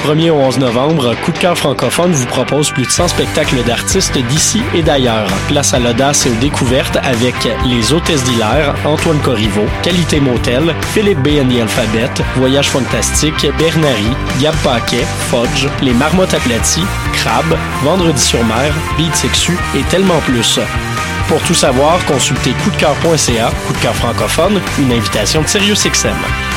1er au 11 novembre, Coup de cœur francophone vous propose plus de 100 spectacles d'artistes d'ici et d'ailleurs. Place à l'audace et aux découvertes avec Les Hôtesses d'Hilaire, Antoine Corriveau, Qualité Motel, Philippe B. and the Alphabet, Voyage Fantastique, Bernary, Gab Paquet, Fudge, Les Marmottes aplaties, Crabe, Vendredi sur mer, Beat Sexu et tellement plus. Pour tout savoir, consultez coupdecoeur.ca, Coup de cœur francophone, une invitation de SiriusXM.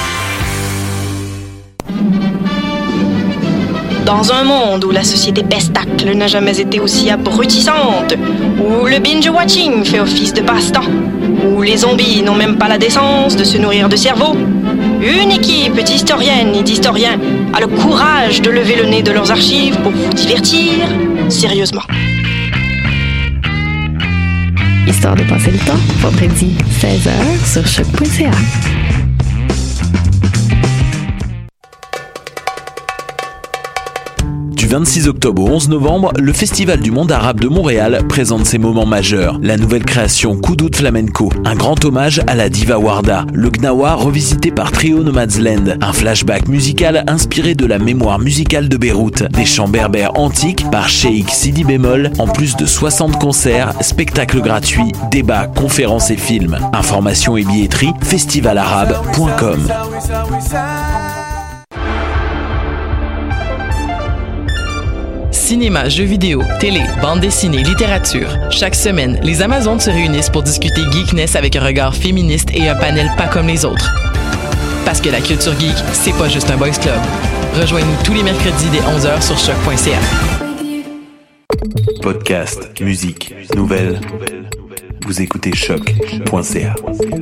Dans un monde où la société pestacle n'a jamais été aussi abrutissante, où le binge-watching fait office de passe-temps, où les zombies n'ont même pas la décence de se nourrir de cerveau, une équipe d'historiennes et d'historiens a le courage de lever le nez de leurs archives pour vous divertir sérieusement. Histoire de passer le temps, vendredi 16h sur choc.ca. Du 26 octobre au 11 novembre, le Festival du monde arabe de Montréal présente ses moments majeurs. La nouvelle création Koudoud Flamenco, un grand hommage à la diva Warda, le Gnawa revisité par Trio Nomadsland, un flashback musical inspiré de la mémoire musicale de Beyrouth, des chants berbères antiques par Cheikh Sidi Bémol, en plus de 60 concerts, spectacles gratuits, débats, conférences et films. Informations et billetterie, festivalarabe.com. Cinéma, jeux vidéo, télé, bande dessinée, littérature. Chaque semaine, les Amazones se réunissent pour discuter geekness avec un regard féministe et un panel pas comme les autres. Parce que la culture geek, c'est pas juste un boys club. Rejoignez-nous tous les mercredis dès 11h sur choc.ca. Podcast, musique, nouvelles. Vous écoutez choc.ca.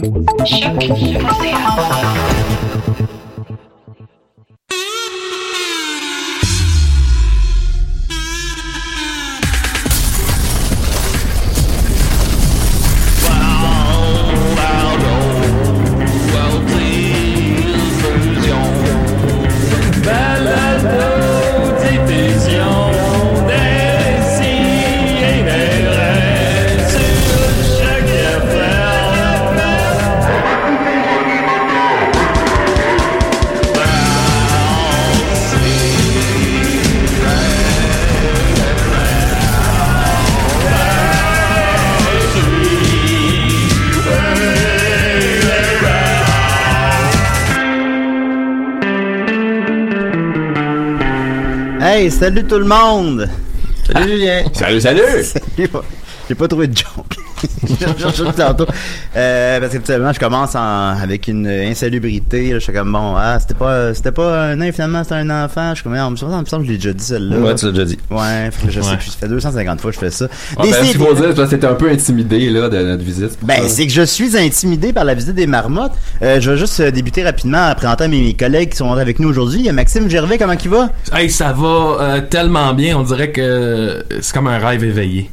Hey, salut tout le monde! Salut Julien! Salut! J'ai pas trouvé de joke. Je tantôt. Parce qu'habituellement, je commence avec une insalubrité. Là, je suis comme, bon, c'était pas un nain, finalement, c'était un enfant. Je suis comme, il me semble que je l'ai déjà dit, celle-là. Ouais, tu l'as déjà dit. Ouais, je sais plus. Ça fait 250 fois que je fais ça. Ce qu'il faut dire, toi, c'était un peu intimidé, là, de notre visite. C'est que je suis intimidé par la visite des marmottes. Je vais juste débuter rapidement en présentant mes collègues qui sont avec nous aujourd'hui. Il y a Maxime Gervais, comment il va? Hey, ça va tellement bien, on dirait que c'est comme un rêve éveillé.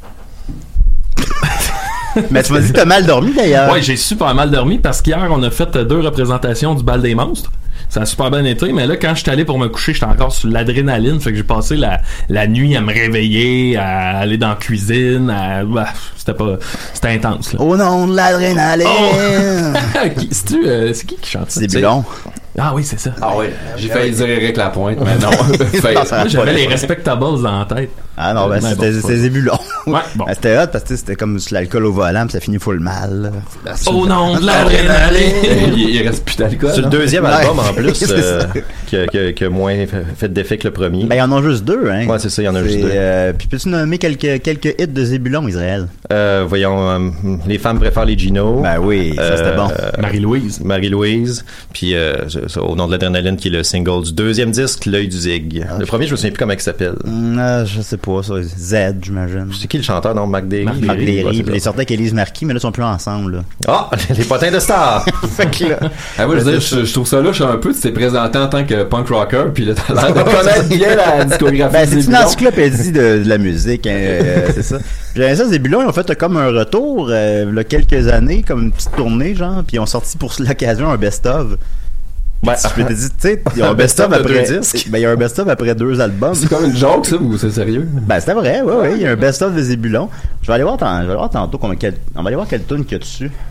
Mais tu m'as dit que t'as mal dormi d'ailleurs. Ouais, j'ai super mal dormi parce qu'hier on a fait 2 représentations du bal des monstres. Ça a super bien été, mais là quand j'étais allé pour me coucher, j'étais encore sur l'adrénaline, fait que j'ai passé la nuit à me réveiller, à aller dans la cuisine, c'était intense là. Au nom de l'adrénaline. C'est qui chante ça? C'est Zébulon. Ah oui, c'est ça. Ah oui, j'ai failli dire Éric Lapointe, mais non. Moi, j'avais les Respectables dans la tête. Ah non, c'était Zébulon. Ouais, bon. C'était hot parce que c'était comme sur l'alcool au volant, puis ça finit full mal. Au nom de l'adrénaline. Il reste plus d'alcool. C'est le deuxième album en plus qui a moins fait d'effet que le premier. Ben, il y en a juste 2, hein. Ouais, c'est ça, il y en a juste 2. Puis peux-tu nommer quelques hits de Zébulon, Israël? Voyons, Les femmes préfèrent les Gino. Ben oui, ça c'était bon. Marie-Louise. Puis Au nom de l'adrénaline, qui est le single du deuxième disque, L'œil du Zig. Le premier, je me souviens plus comment il s'appelle. Je sais pas, ça. Z, j'imagine. C'est qui le chanteur? Non, Marc Derry. Marc Derry. Puis il sortait avec Élise Marquis, mais là, ils sont plus ensemble. Là. Ah! Les potins de stars! Fait que là... moi, je trouve ça là, je suis un peu, tu t'es présenté en tant que punk rocker, puis là, t'as l'air de connaître bien la discographie. Ben, c'est une encyclopédie de la musique, hein, c'est ça. J'avais ça, Zébulon, ils ont fait comme un retour, il y a quelques années, comme une petite tournée, genre, puis ils ont sorti pour l'occasion un best-of. Ben, je m'étais dit, tu sais, il y a un best-of après 2 disques. Ben, il y a un best-of après 2 albums. C'est comme une joke, ça, ou c'est sérieux? Ben, c'était vrai, ouais, il y a un best-of de Zébulon. Je vais aller voir tantôt on va aller voir quelle tune qu'il y a dessus.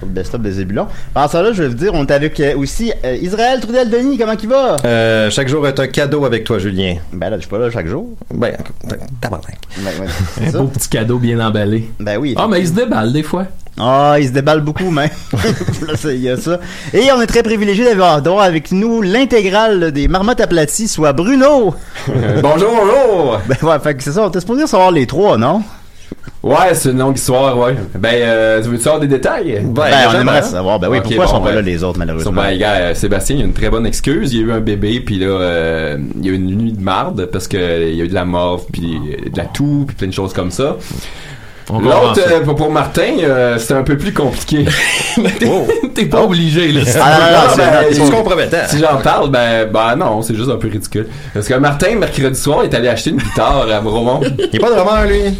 sur le best-of de Zébulon. En ça là, je vais vous dire, on est avec aussi Israël Trudel-Denis, comment il va? Chaque jour est un cadeau avec toi, Julien. Ben là, je suis pas là chaque jour. Ben, tabarnak. Un beau petit cadeau bien emballé. Ben oui. Ah, mais il se déballe des fois. Ah, il se déballe beaucoup, mais il y a ça. Et on est très privilégié d'avoir avec nous l'intégrale des Marmottes aplaties, soit Bruno. Bonjour. Ben ouais, fait que c'est ça, on était supposé savoir les trois, non? Ouais, c'est une longue histoire, ouais. Tu veux-tu savoir des détails? On aimerait savoir. Ben oui, okay, pourquoi sont pas là les autres, malheureusement? Sébastien, il y a une très bonne excuse. Il y a eu un bébé, puis là, il y a eu une nuit de marde, parce que il y a eu de la morve, puis de la toux, puis plein de choses comme ça. L'autre, pour Martin, c'était un peu plus compliqué. T'es pas obligé, là. C'est compromettant. Si j'en parle, non, c'est juste un peu ridicule. Parce que Martin, mercredi soir, est allé acheter une guitare à Bromont. Il est pas drummer, lui.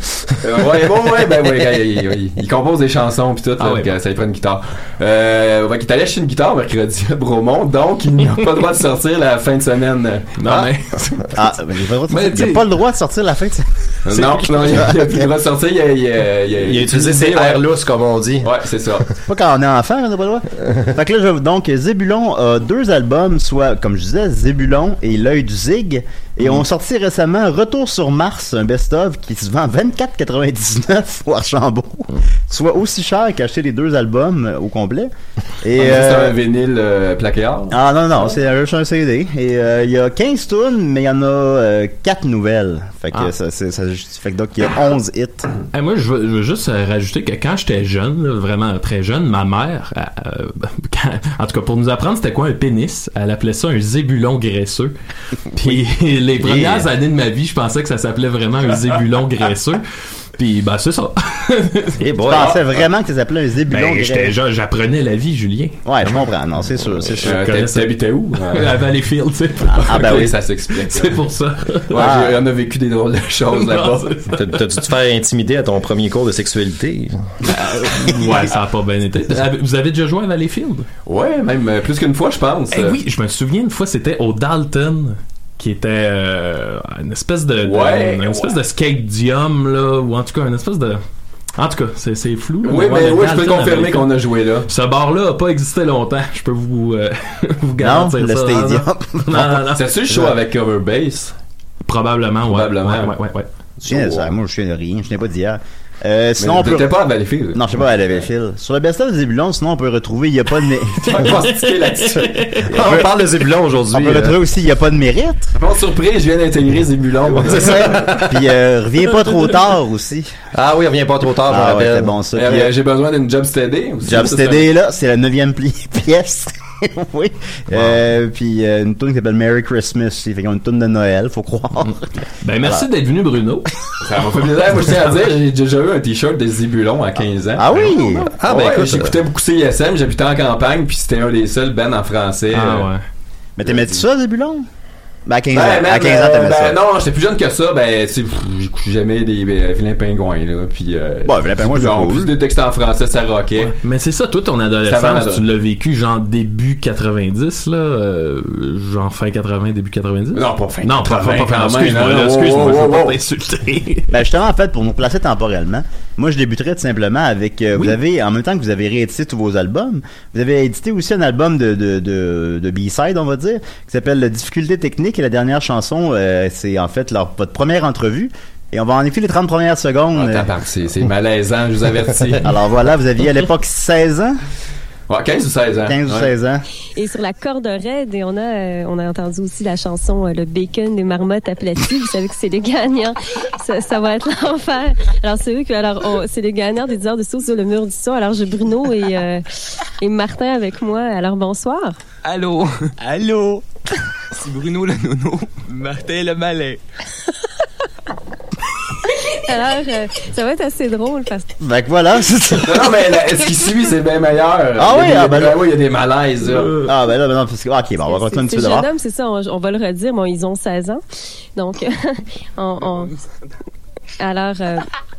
Il compose des chansons pis tout, ça lui prend une guitare. Il est allé acheter une guitare mercredi à Bromont, donc il n'a pas le droit de sortir la fin de semaine. Il n'a pas le droit de sortir la fin de semaine. Non, il n'a plus le droit de sortir. Il a utilisé ses airs lousses, comme on dit. Ouais, c'est ça. C'est pas quand on est enfant, on n'a pas le droit. Fait que là, donc, Zébulon a 2 albums, soit, comme je disais, Zébulon et L'œil du Zig. Et on sorti récemment Retour sur Mars, un best-of qui se vend 24,99 au Archambault. Soit aussi cher qu'acheter les 2 albums au complet. Et c'est un vinyle plaqué or? Ah non, c'est un CD. Et il y a 15 tunes, mais il y en a 4 nouvelles. Fait que ça justifie. Fait que donc il y a 11 hits. Moi, je veux juste rajouter que quand j'étais jeune, là, vraiment très jeune, ma mère, en tout cas pour nous apprendre c'était quoi un pénis, elle appelait ça un zébulon graisseux. Puis les premières années de ma vie, je pensais que ça s'appelait vraiment un zébulon graisseux. Puis c'est ça. Tu pensais vraiment que ça s'appelait un zébulon graisseux? J'apprenais la vie, Julien. Ouais, je comprends. Non, c'est sûr. T'habitais où? À Valleyfield, tu sais. Oui, ça s'explique. C'est pour ça. Ouais, on a vécu des drôles de choses là-bas. T'as dû te faire intimider à ton premier cours de sexualité? Ouais, ça a pas bien été. Vous avez déjà joué à Valleyfield? Ouais, même plus qu'une fois, je pense. Oui, je me souviens une fois, c'était au Dalton, qui était une espèce de skate-dium, là, ou en tout cas une espèce de... En tout cas, c'est flou. Là, oui, je peux confirmer qu'on a joué là. Ce bar-là a pas existé longtemps. Je peux vous garantir ça. Le Stadium. Non. C'est-tu le show avec Cover Bass? Probablement, ouais. Je viens de ça. Moi, je viens de rien. Je n'ai pas d'hier. Sinon, on peut pas à Valleyfield. Non, je sais pas à Valleyfield. Sur le best-of de Zébulon, sinon on peut retrouver il y a pas de on parle de Zébulon aujourd'hui. On peut retrouver aussi il y a pas de mérite. Pas surpris, je viens d'intégrer Zébulon. C'est ça. Puis reviens pas trop tard aussi. Ah oui, reviens pas trop tard, je me rappelle. C'est bon ça. J'ai besoin d'une Job Steady aussi. Job Steady là, c'est la 9e pièce. Oui. Puis une tune qui s'appelle Merry Christmas. Fait qu'ils ont une tune de Noël, faut croire. Merci d'être venu, Bruno. Ça m'a fait plaisir. Moi, je tiens à dire, j'ai déjà eu un t-shirt de Zébulon à 15 ans. Ah oui? Écoute, j'écoutais beaucoup CISM, j'habitais en campagne, puis c'était un des seuls bands en français. Mais t'aimais-tu ça, Zébulon? À 15 ans, t'aimais ça. Non, j'étais plus jeune que ça, j'aimais des vilains pingouins, là, puis vilains pingouins, c'est cool. Plus des textes en français, ça rockait. Ouais. Mais c'est ça, toi, ton adolescence, tu l'as vécu genre début 90, là, genre fin 80, début 90? Non, pas fin 80. Non, pas fin 80. Excuse-moi, je veux pas t'insulter. Justement, en fait, pour nous placer temporellement, moi, je débuterais tout simplement avec, vous avez, en même temps que vous avez réédité tous vos albums, vous avez édité aussi un album de B-side, on va dire, qui s'appelle Difficulté technique. Et la dernière chanson, c'est en fait votre première entrevue. Et on va en effet les 30 premières secondes. C'est malaisant, je vous avertis. Alors voilà, vous aviez à l'époque 16 ans. Ouais, 15 ou 16 ans. 15 ou 16 ans. Et sur la corde raide, et on a entendu aussi la chanson Le bacon des marmottes aplaties. Vous savez que c'est les gagnants. Ça va être l'enfer. Alors c'est eux c'est les gagnants des 10 heures de sauce sur le mur du son. Alors j'ai Bruno et Martin avec moi. Alors bonsoir. Allô. C'est Bruno le nono, Martin le malin. Alors, ça va être assez drôle parce que... Fait que voilà, c'est ça. Non, mais ce qui suit, c'est bien meilleur. Oui, il y a des malaises, là. Non, parce que... OK, on va continuer dessus d'abord. C'est jeune homme, c'est ça, on va le redire. Bon, ils ont 16 ans. Donc, alors...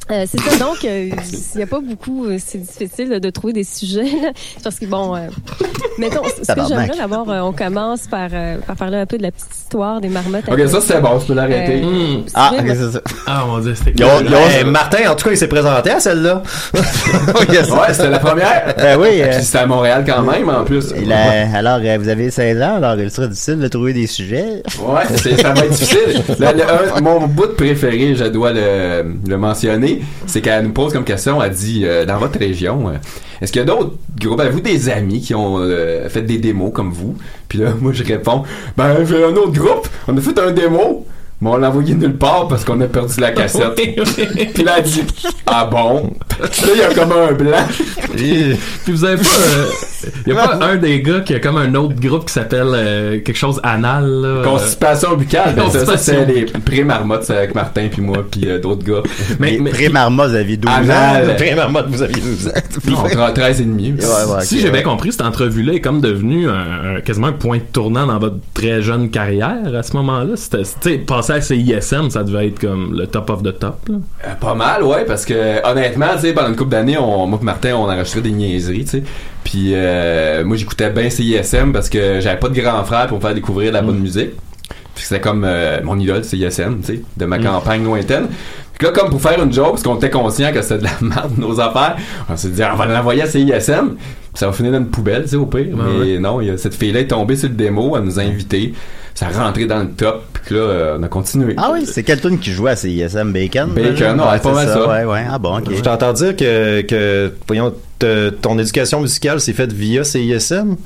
C'est ça, donc, il n'y a pas beaucoup, c'est difficile de trouver des sujets, là, parce que, bon, mettons, ce que j'aimerais d'abord, on commence par parler un peu de la petite histoire des marmottes. Ok, ça c'est bon, tu peux l'arrêter. C'est ça. Ah, mon Dieu, c'était Martin, en tout cas, il s'est présenté à celle-là. Ouais, c'était la première. Oui. Puis c'était à Montréal quand même, en plus. Alors, vous avez 16 ans, alors il sera difficile de trouver des sujets. Ouais, ça va être difficile. Mon bout préféré, je dois le mentionner, c'est qu'elle nous pose comme question, elle dit, dans votre région, est-ce qu'il y a d'autres groupes, avez-vous des amis qui ont fait des démos comme vous? Puis là, moi, je réponds, j'ai un autre groupe, on a fait un démo, mais on l'a envoyé nulle part parce qu'on a perdu la cassette. Puis là, elle dit, ah bon? Là, il y a comme un blanc. Puis vous avez pas... Il y a pas un des gars qui a comme un autre groupe qui s'appelle quelque chose anal, là. Constipation buccale. Ça, c'est les pré-marmottes avec Martin puis moi puis d'autres gars. Mais pré-marmotte, vous aviez 12 ans. Pré-marmotte, vous aviez 12 ans. Non, 13 et demi. Si j'ai bien compris, cette entrevue-là est comme devenue quasiment un point de tournant dans votre très jeune carrière à ce moment-là. Tu sais, passer à CISM, ça devait être comme le top of the top, là. Pas mal, ouais, parce que honnêtement, tu sais, pendant une couple d'années, moi et Martin, on enregistrait des niaiseries, tu sais. Puis moi, j'écoutais bien CISM parce que j'avais pas de grand frère pour me faire découvrir de la bonne musique. Puis c'était comme mon idole, CISM, tu sais, de ma campagne lointaine. Puis là, comme pour faire une joke, parce qu'on était conscient que c'était de la merde, nos affaires, on s'est dit, on va l'envoyer à CISM, puis ça va finir dans une poubelle, tu sais, au pire. Mais non, cette fille-là est tombée sur le démo, elle nous a invités. Ça a rentré dans le top, puis là, on a continué. Ah oui, c'est quel tune qui jouait à CISM? Bacon? Bacon, ouais, pas mal ça. Ouais. Ah bon, ok. Je t'entends dire que voyons, ton éducation musicale s'est faite via CISM?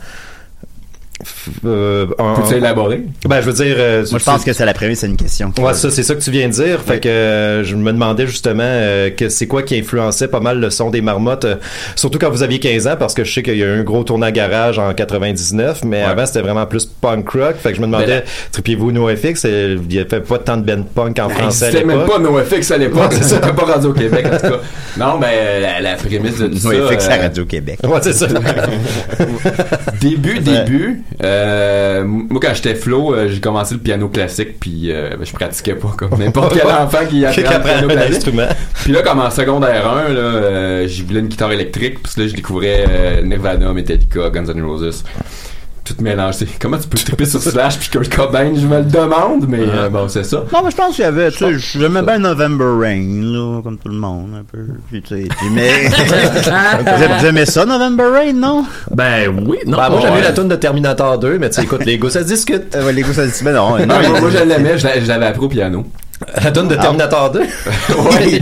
Peux-tu élaborer? Ben, je veux dire... moi, je pense que c'est la première, c'est une question. Ouais, ça, c'est ça que tu viens de dire. Fait que je me demandais justement que c'est quoi qui influençait pas mal le son des marmottes, surtout quand vous aviez 15 ans, parce que je sais qu'il y a eu un gros tournage garage en 99, mais avant, c'était vraiment plus punk rock. Fait que je me demandais, tripiez-vous NoFX? Il y avait pas tant de band punk en français à l'époque. C'était même pas NoFX à l'époque. C'est ça, t'as pas Radio Québec, en tout cas. Non, ben, la prémisse de tout ça... NoFX à Radio Québec. Ouais, c'est ça. Début... moi quand j'étais flow, j'ai commencé le piano classique puis je pratiquais pas comme n'importe quel enfant qui apprend le piano classique. Puis là comme en secondaire 1 là, j'ai voulu une guitare électrique puis là je découvrais Nirvana, Metallica, Guns N' Roses. Tout mélangé. Comment tu peux tripper sur Slash puis Kurt Cobain, je me le demande, mais bon, c'est ça. Non, mais je pense qu'il y avait, tu sais, j'aimais bien November Rain, là, comme tout le monde, un peu. Puis, tu sais, j'aimais ça, November Rain, non? Ben, oui, non. Ben, moi, j'avais la tune de Terminator 2, mais tu sais, écoute, les goûts, ça se discute. Les goûts, ça se discute, mais non. Moi, je l'aimais, je l'avais appris au piano. La tune de Terminator 2? Oui.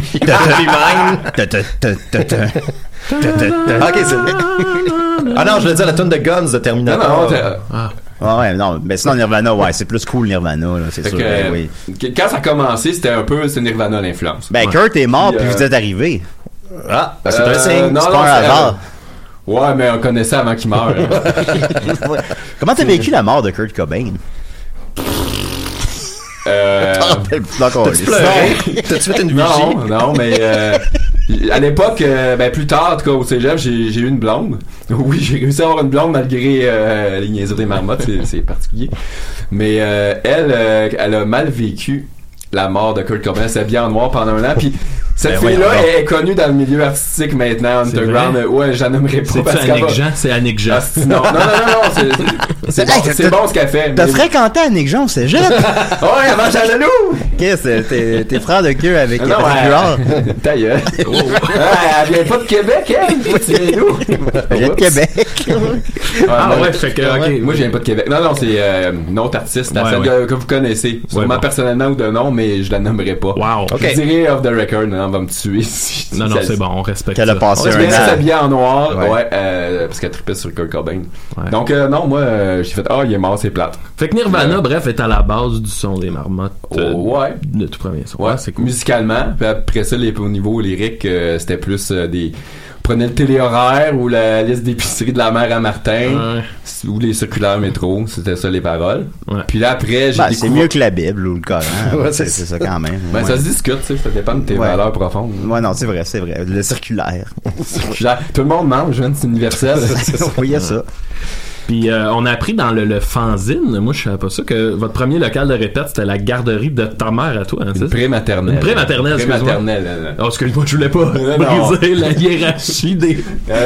Ok, c'est... Ah non, je veux dire la tune de Guns de Terminator. Non, mais sinon Nirvana, ouais, c'est plus cool Nirvana, là, c'est sûr. Oui. Quand ça a commencé, c'était un peu, c'est Nirvana l'influence. Ben, Kurt est mort, puis vous êtes arrivé. Ah, c'est un signe, c'est pas un hasard. Ouais, mais on connaissait avant qu'il meure. Comment t'as vécu la mort de Kurt Cobain? T'as-tu pleuré? T'as-tu fait une vigie? Non, mais à l'époque, plus tard, en tout cas au cégep, j'ai eu une blonde. Oui, j'ai réussi à avoir une blonde malgré les niaiseries des marmottes, c'est particulier. Mais elle a mal vécu la mort de Kurt Cobain. Elle s'est habillée en noir pendant un an, puis cette fille-là est connue dans le milieu artistique maintenant, underground. Ouais, j'en aimerais pas. C'est Annick Jean. Non, c'est bon ce qu'elle fait. T'as fréquenté Annick Jean au cégep? Ouais, avant Jean Leloup! Qu'est-ce t'es frère de queue avec Gérard? Ta gueule. Elle vient pas de Québec, elle? Tu viens d'où? Elle vient de Québec. Fait que, ok. Moi, je viens pas de Québec. Non, c'est une autre artiste, que vous connaissez. Sûrement personnellement ou de nom, mais je la nommerai pas. Wow. Je dirais off the record, on va me tuer si non, c'est bon, on respecte qu'elle a passé un an. Elle s'habillait en noir, parce qu'elle trippait sur Kurt Cobain. Ouais. Donc, non, moi, j'ai fait, il est mort, c'est plate. Fait que Nirvana, bref, est à la base du son des marmottes. De tout premier son. Ouais, c'est cool. Musicalement, puis après ça, au niveau lyrique, c'était plus des... Prenez le téléhoraire ou la liste d'épicerie de la mère à Martin ou les circulaires métro, c'était ça les paroles. Puis là après j'ai c'est mieux que la Bible ou le Coran. C'est ça quand même. Ça se discute, tu sais, ça dépend de tes valeurs profondes. Ouais, non, c'est vrai, le circulaire. Tout le monde mange, c'est universel. Oui, il y a ça. Puis on a appris dans le fanzine, moi je savais pas ça, que votre premier local de répète c'était la garderie de ta mère à toi. Hein, une pré-maternelle. Une pré-maternelle, excuse-moi. Pré-maternelle. Oh, excuse-moi, je voulais pas briser la hiérarchie des...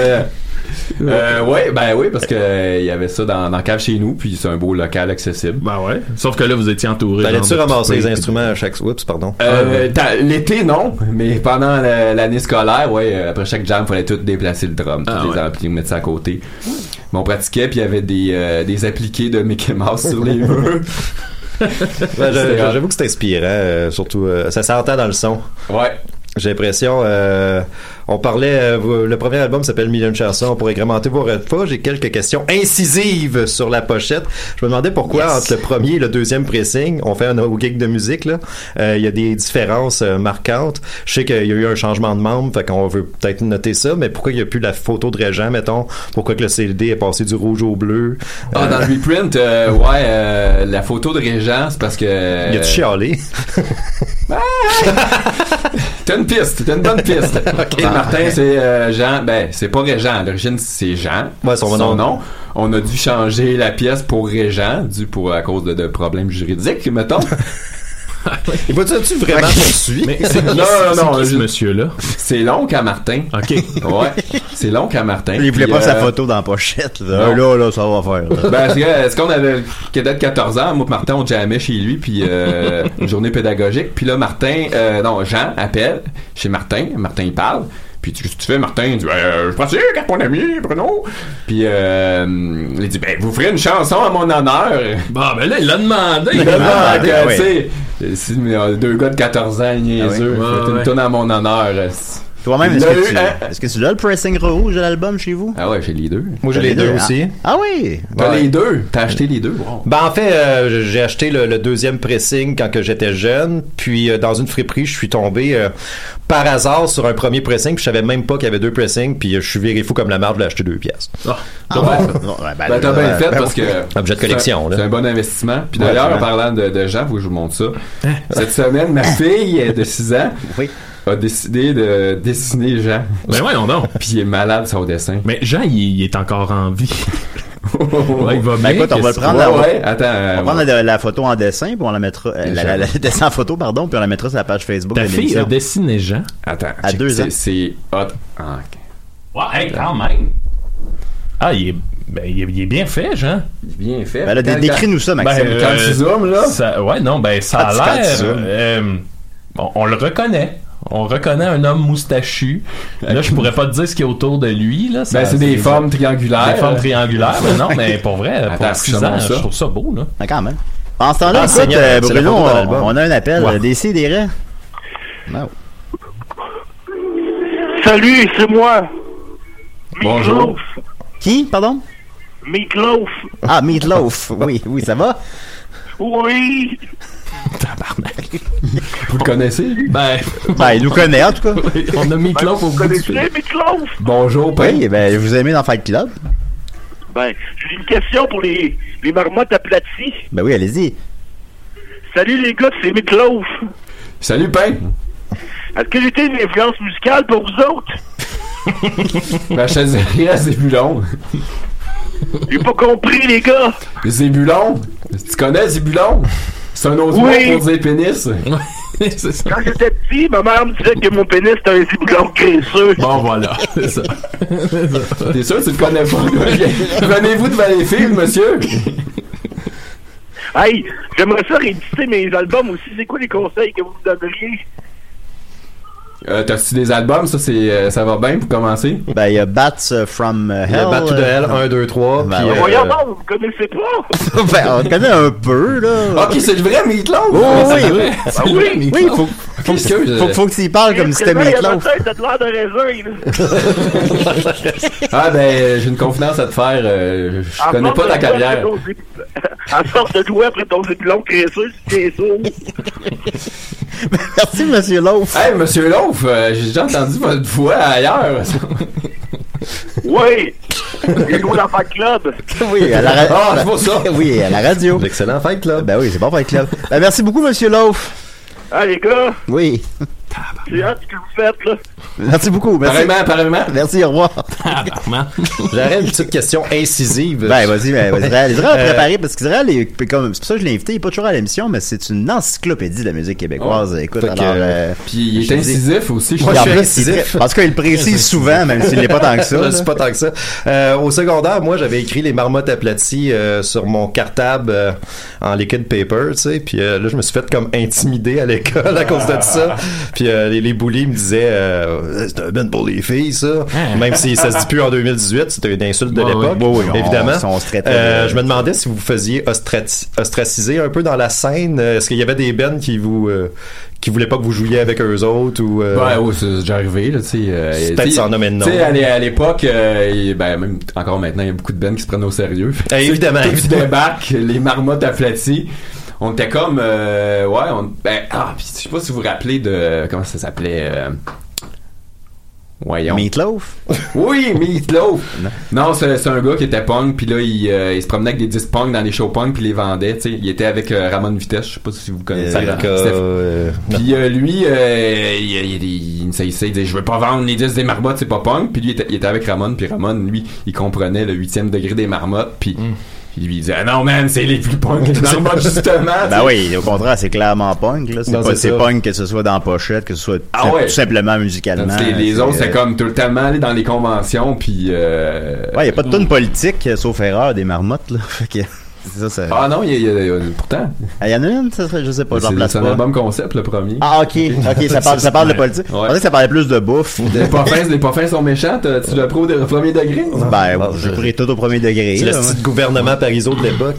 oui, parce que il y avait ça dans la cave chez nous, puis c'est un beau local accessible. Ben ouais. Sauf que là, vous étiez entouré. T'allais-tu ramasser les instruments à chaque... Oups, pardon. L'été, non, mais pendant l'année scolaire, après chaque jam, il fallait tout déplacer le drum, tous les amplis, mettre ça à côté. Mais on pratiquait, puis il y avait des appliqués de Mickey Mouse sur les murs. J'avoue que c'est inspirant, surtout, ça s'entend dans le son. Ouais. J'ai l'impression, on parlait, le premier album s'appelle Million de chansons. Pour agrémenter vos repas, j'ai quelques questions incisives sur la pochette. Je me demandais pourquoi entre le premier et le deuxième pressing, on fait un gig de musique là, il y a des différences marquantes. Je sais qu'il y a eu un changement de membre, fait qu'on veut peut-être noter ça, mais pourquoi il n'y a plus la photo de Régent, mettons? Pourquoi que le CD est passé du rouge au bleu? Dans le reprint, la photo de Régent, c'est parce que... Il a-tu chialé? T'as une bonne piste. Okay. Martin, c'est Jean. Ben, c'est pas Régent. À l'origine, c'est Jean. Ouais, son nom. On a dû changer la pièce pour Régent, à cause de problèmes juridiques, mettons. Et vas-tu vraiment poursuivre? Non, ce monsieur-là. C'est l'oncle à Martin. OK. Ouais. C'est l'oncle à Martin. Il voulait pas sa photo dans la pochette. Là, ça va faire. Ben, est-ce qu'on avait cadet de 14 ans, moi et Martin, on jammait chez lui, puis une journée pédagogique. Puis là, Jean appelle chez Martin. Martin, il parle. Puis qu'est-ce que tu fais, Martin? Il dit, je pratique avec mon ami, Bruno. Puis il dit, vous ferez une chanson à mon honneur. Bah, ben là, il l'a demandé. Tu sais, deux gars de 14 ans, niaiseux. Faites une tonne à mon honneur. Toi-même, est-ce que tu as le pressing rouge de l'album chez vous? Ah ouais, j'ai les deux. Moi, j'ai les deux aussi. Ah oui? T'as les deux? T'as acheté les deux? Wow. Ben, en fait, j'ai acheté le deuxième pressing quand que j'étais jeune, puis dans une friperie, je suis tombé par hasard sur un premier pressing, puis je savais même pas qu'il y avait deux pressings, puis je suis viré fou comme la marde, je l'ai acheté 2 pièces. T'as bien fait parce que... Objet de collection, là. C'est un bon investissement. Puis d'ailleurs, en parlant de Jean, faut que je vous montre ça. Cette semaine, ma fille de 6 ans... Oui. A décidé de dessiner Jean. Ben voyons donc. Puis il est malade son dessin. Mais Jean, il est encore en vie. Ouais, il va bien. Écoute, on va le prendre. Attends. On va prendre la photo en dessin, puis on la mettra. La dessin en photo, pardon, puis on la mettra sur la page Facebook. Ta fille a dessiné Jean. Attends. À 2 ans. C'est hot. Ouais, hey, quand même. Ah, il est bien fait, Jean. Bien fait. Ben là, décris-nous ça, Maxime. Quand tu zoomes, là. Ça a l'air. Bon, on le reconnaît. On reconnaît un homme moustachu. Là, je pourrais pas te dire ce qu'il y a autour de lui. Là. C'est des formes triangulaires. Des formes triangulaires, mais non, mais pour vrai, pour 6 ans, je trouve ça beau. Là. Ah, quand même. En ce temps-là, écoute, Bruno, on a un appel. Décidérez. No. Salut, c'est moi. Bonjour. Qui, pardon? Meatloaf. Ah, Meatloaf. Oui, ça va? Oui. Tabarnak. Vous le connaissez? Ben, il nous connaît, en tout cas. On a Meatloaf au bout du fil. Vous connaissez Meatloaf? Bonjour, Pain. Oui, vous aimez dans Fight Club? Ben, j'ai une question pour les marmottes aplaties. Ben oui, allez-y. Salut les gars, c'est Meatloaf. Salut, Pain. Est-ce que j'étais une influence musicale pour vous autres? Ben, je te dirais à Zébulon. J'ai pas compris, les gars. Zébulon? Tu connais Zébulon? C'est un autre mot pour dire pénis. C'est ça. Quand j'étais petit, ma mère me disait que mon pénis était un zébulon graisseux. Bon, voilà, c'est ça. T'es sûr que tu le connais pas? Venez-vous devant les films, monsieur? Hey, j'aimerais ça rééditer mes albums aussi. C'est quoi les conseils que vous me donneriez? T'as-tu des albums? Ça va bien pour commencer? Ben, il y a Bats from Hell. Il y a Bats to the Hell, 1, 2, 3. Ben, voyons donc, vous me connaissez pas? Ben, on te connaît un peu, là. Ok, c'est le vrai Meatloaf? Oh, oui. Oui, faut que tu y parles comme si c'était Meatloaf. T'as de l'air de raisin, Ah, ben, j'ai une confidence à te faire. Je connais pas ta carrière. À sorte de jouer après ton zébulon graisseux, c'est sourd. Merci, Monsieur Loaf. Hey, Monsieur Loaf, j'ai déjà entendu votre voix ailleurs. Oui! Il joue dans Fight Club. Oui, à la radio. Ah, c'est pour ça. Oui, à la radio. L'excellent Fight Club. Ben oui, c'est bon Fight Club. Ben merci beaucoup, Monsieur Loaf. Ah, les gars. Oui. C'est hâte ce que vous faites, là. Merci beaucoup. Merci. Apparemment. Merci, au revoir. J'aurais une petite question incisive. Ben, vas-y, Israël préparé, parce qu'Israël c'est pour ça que je l'ai invité, il est pas toujours à l'émission, mais c'est une encyclopédie de la musique québécoise. Écoute, alors... Puis il est incisif aussi, je pense. En tout cas, il le précise souvent, même s'il n'est pas tant que ça. C'est pas tant que ça. Au secondaire, moi, j'avais écrit les marmottes aplaties sur mon cartable en liquid paper, tu sais, puis là, je me suis fait comme intimider à l'école à cause de ça. Puis les bullies me disaient c'est un ben pour les filles, ça. Même si ça se dit plus en 2018, c'était une insulte de l'époque, évidemment. Je me demandais si vous faisiez ostraciser un peu dans la scène. Est-ce qu'il y avait des bands qui voulaient pas que vous jouiez avec eux autres ou c'est déjà arrivé, là, tu sais. Peut-être s'en nommer de nom. Tu sais, à l'époque, même encore maintenant, il y a beaucoup de bands qui se prennent au sérieux. Évidemment. Ils débarquent, les marmottes aplaties. On était comme, je sais pas si vous vous rappelez de, comment ça s'appelait, voyons. Meatloaf? Oui, Meatloaf! Non, c'est un gars qui était punk, puis là, il se promenait avec des disques punk dans les shows punk, puis il les vendait, tu sais. Il était avec Ramon Vitesse, je sais pas si vous connaissez. Puis lui, il disait, je veux pas vendre les disques des marmottes, c'est pas punk. Puis lui, il était avec Ramon, puis Ramon, lui, il comprenait le 8e degré des marmottes, puis... Il lui disait, non, man, c'est les plus punk, les marmottes, justement. Ben oui, au contraire, c'est clairement punk, là. C'est punk que ce soit dans la pochette, que ce soit tout simplement musicalement. Les autres, c'est comme tellement aller dans les conventions, puis ouais, y a pas de tune politique, sauf erreur, des marmottes, là. Fait que... Ah non, il y a pourtant. Il y en a une, ça serait, je sais pas, j'en place pas. C'est un album concept, le premier. Ah, ok, ça parle de politique. Je pensais que ça parlait plus de bouffe. Les parfums sont méchants, tu le prouves au premier degré? Ben, j'ai pris tout au premier degré. C'est le petit gouvernement Parizeau de l'époque.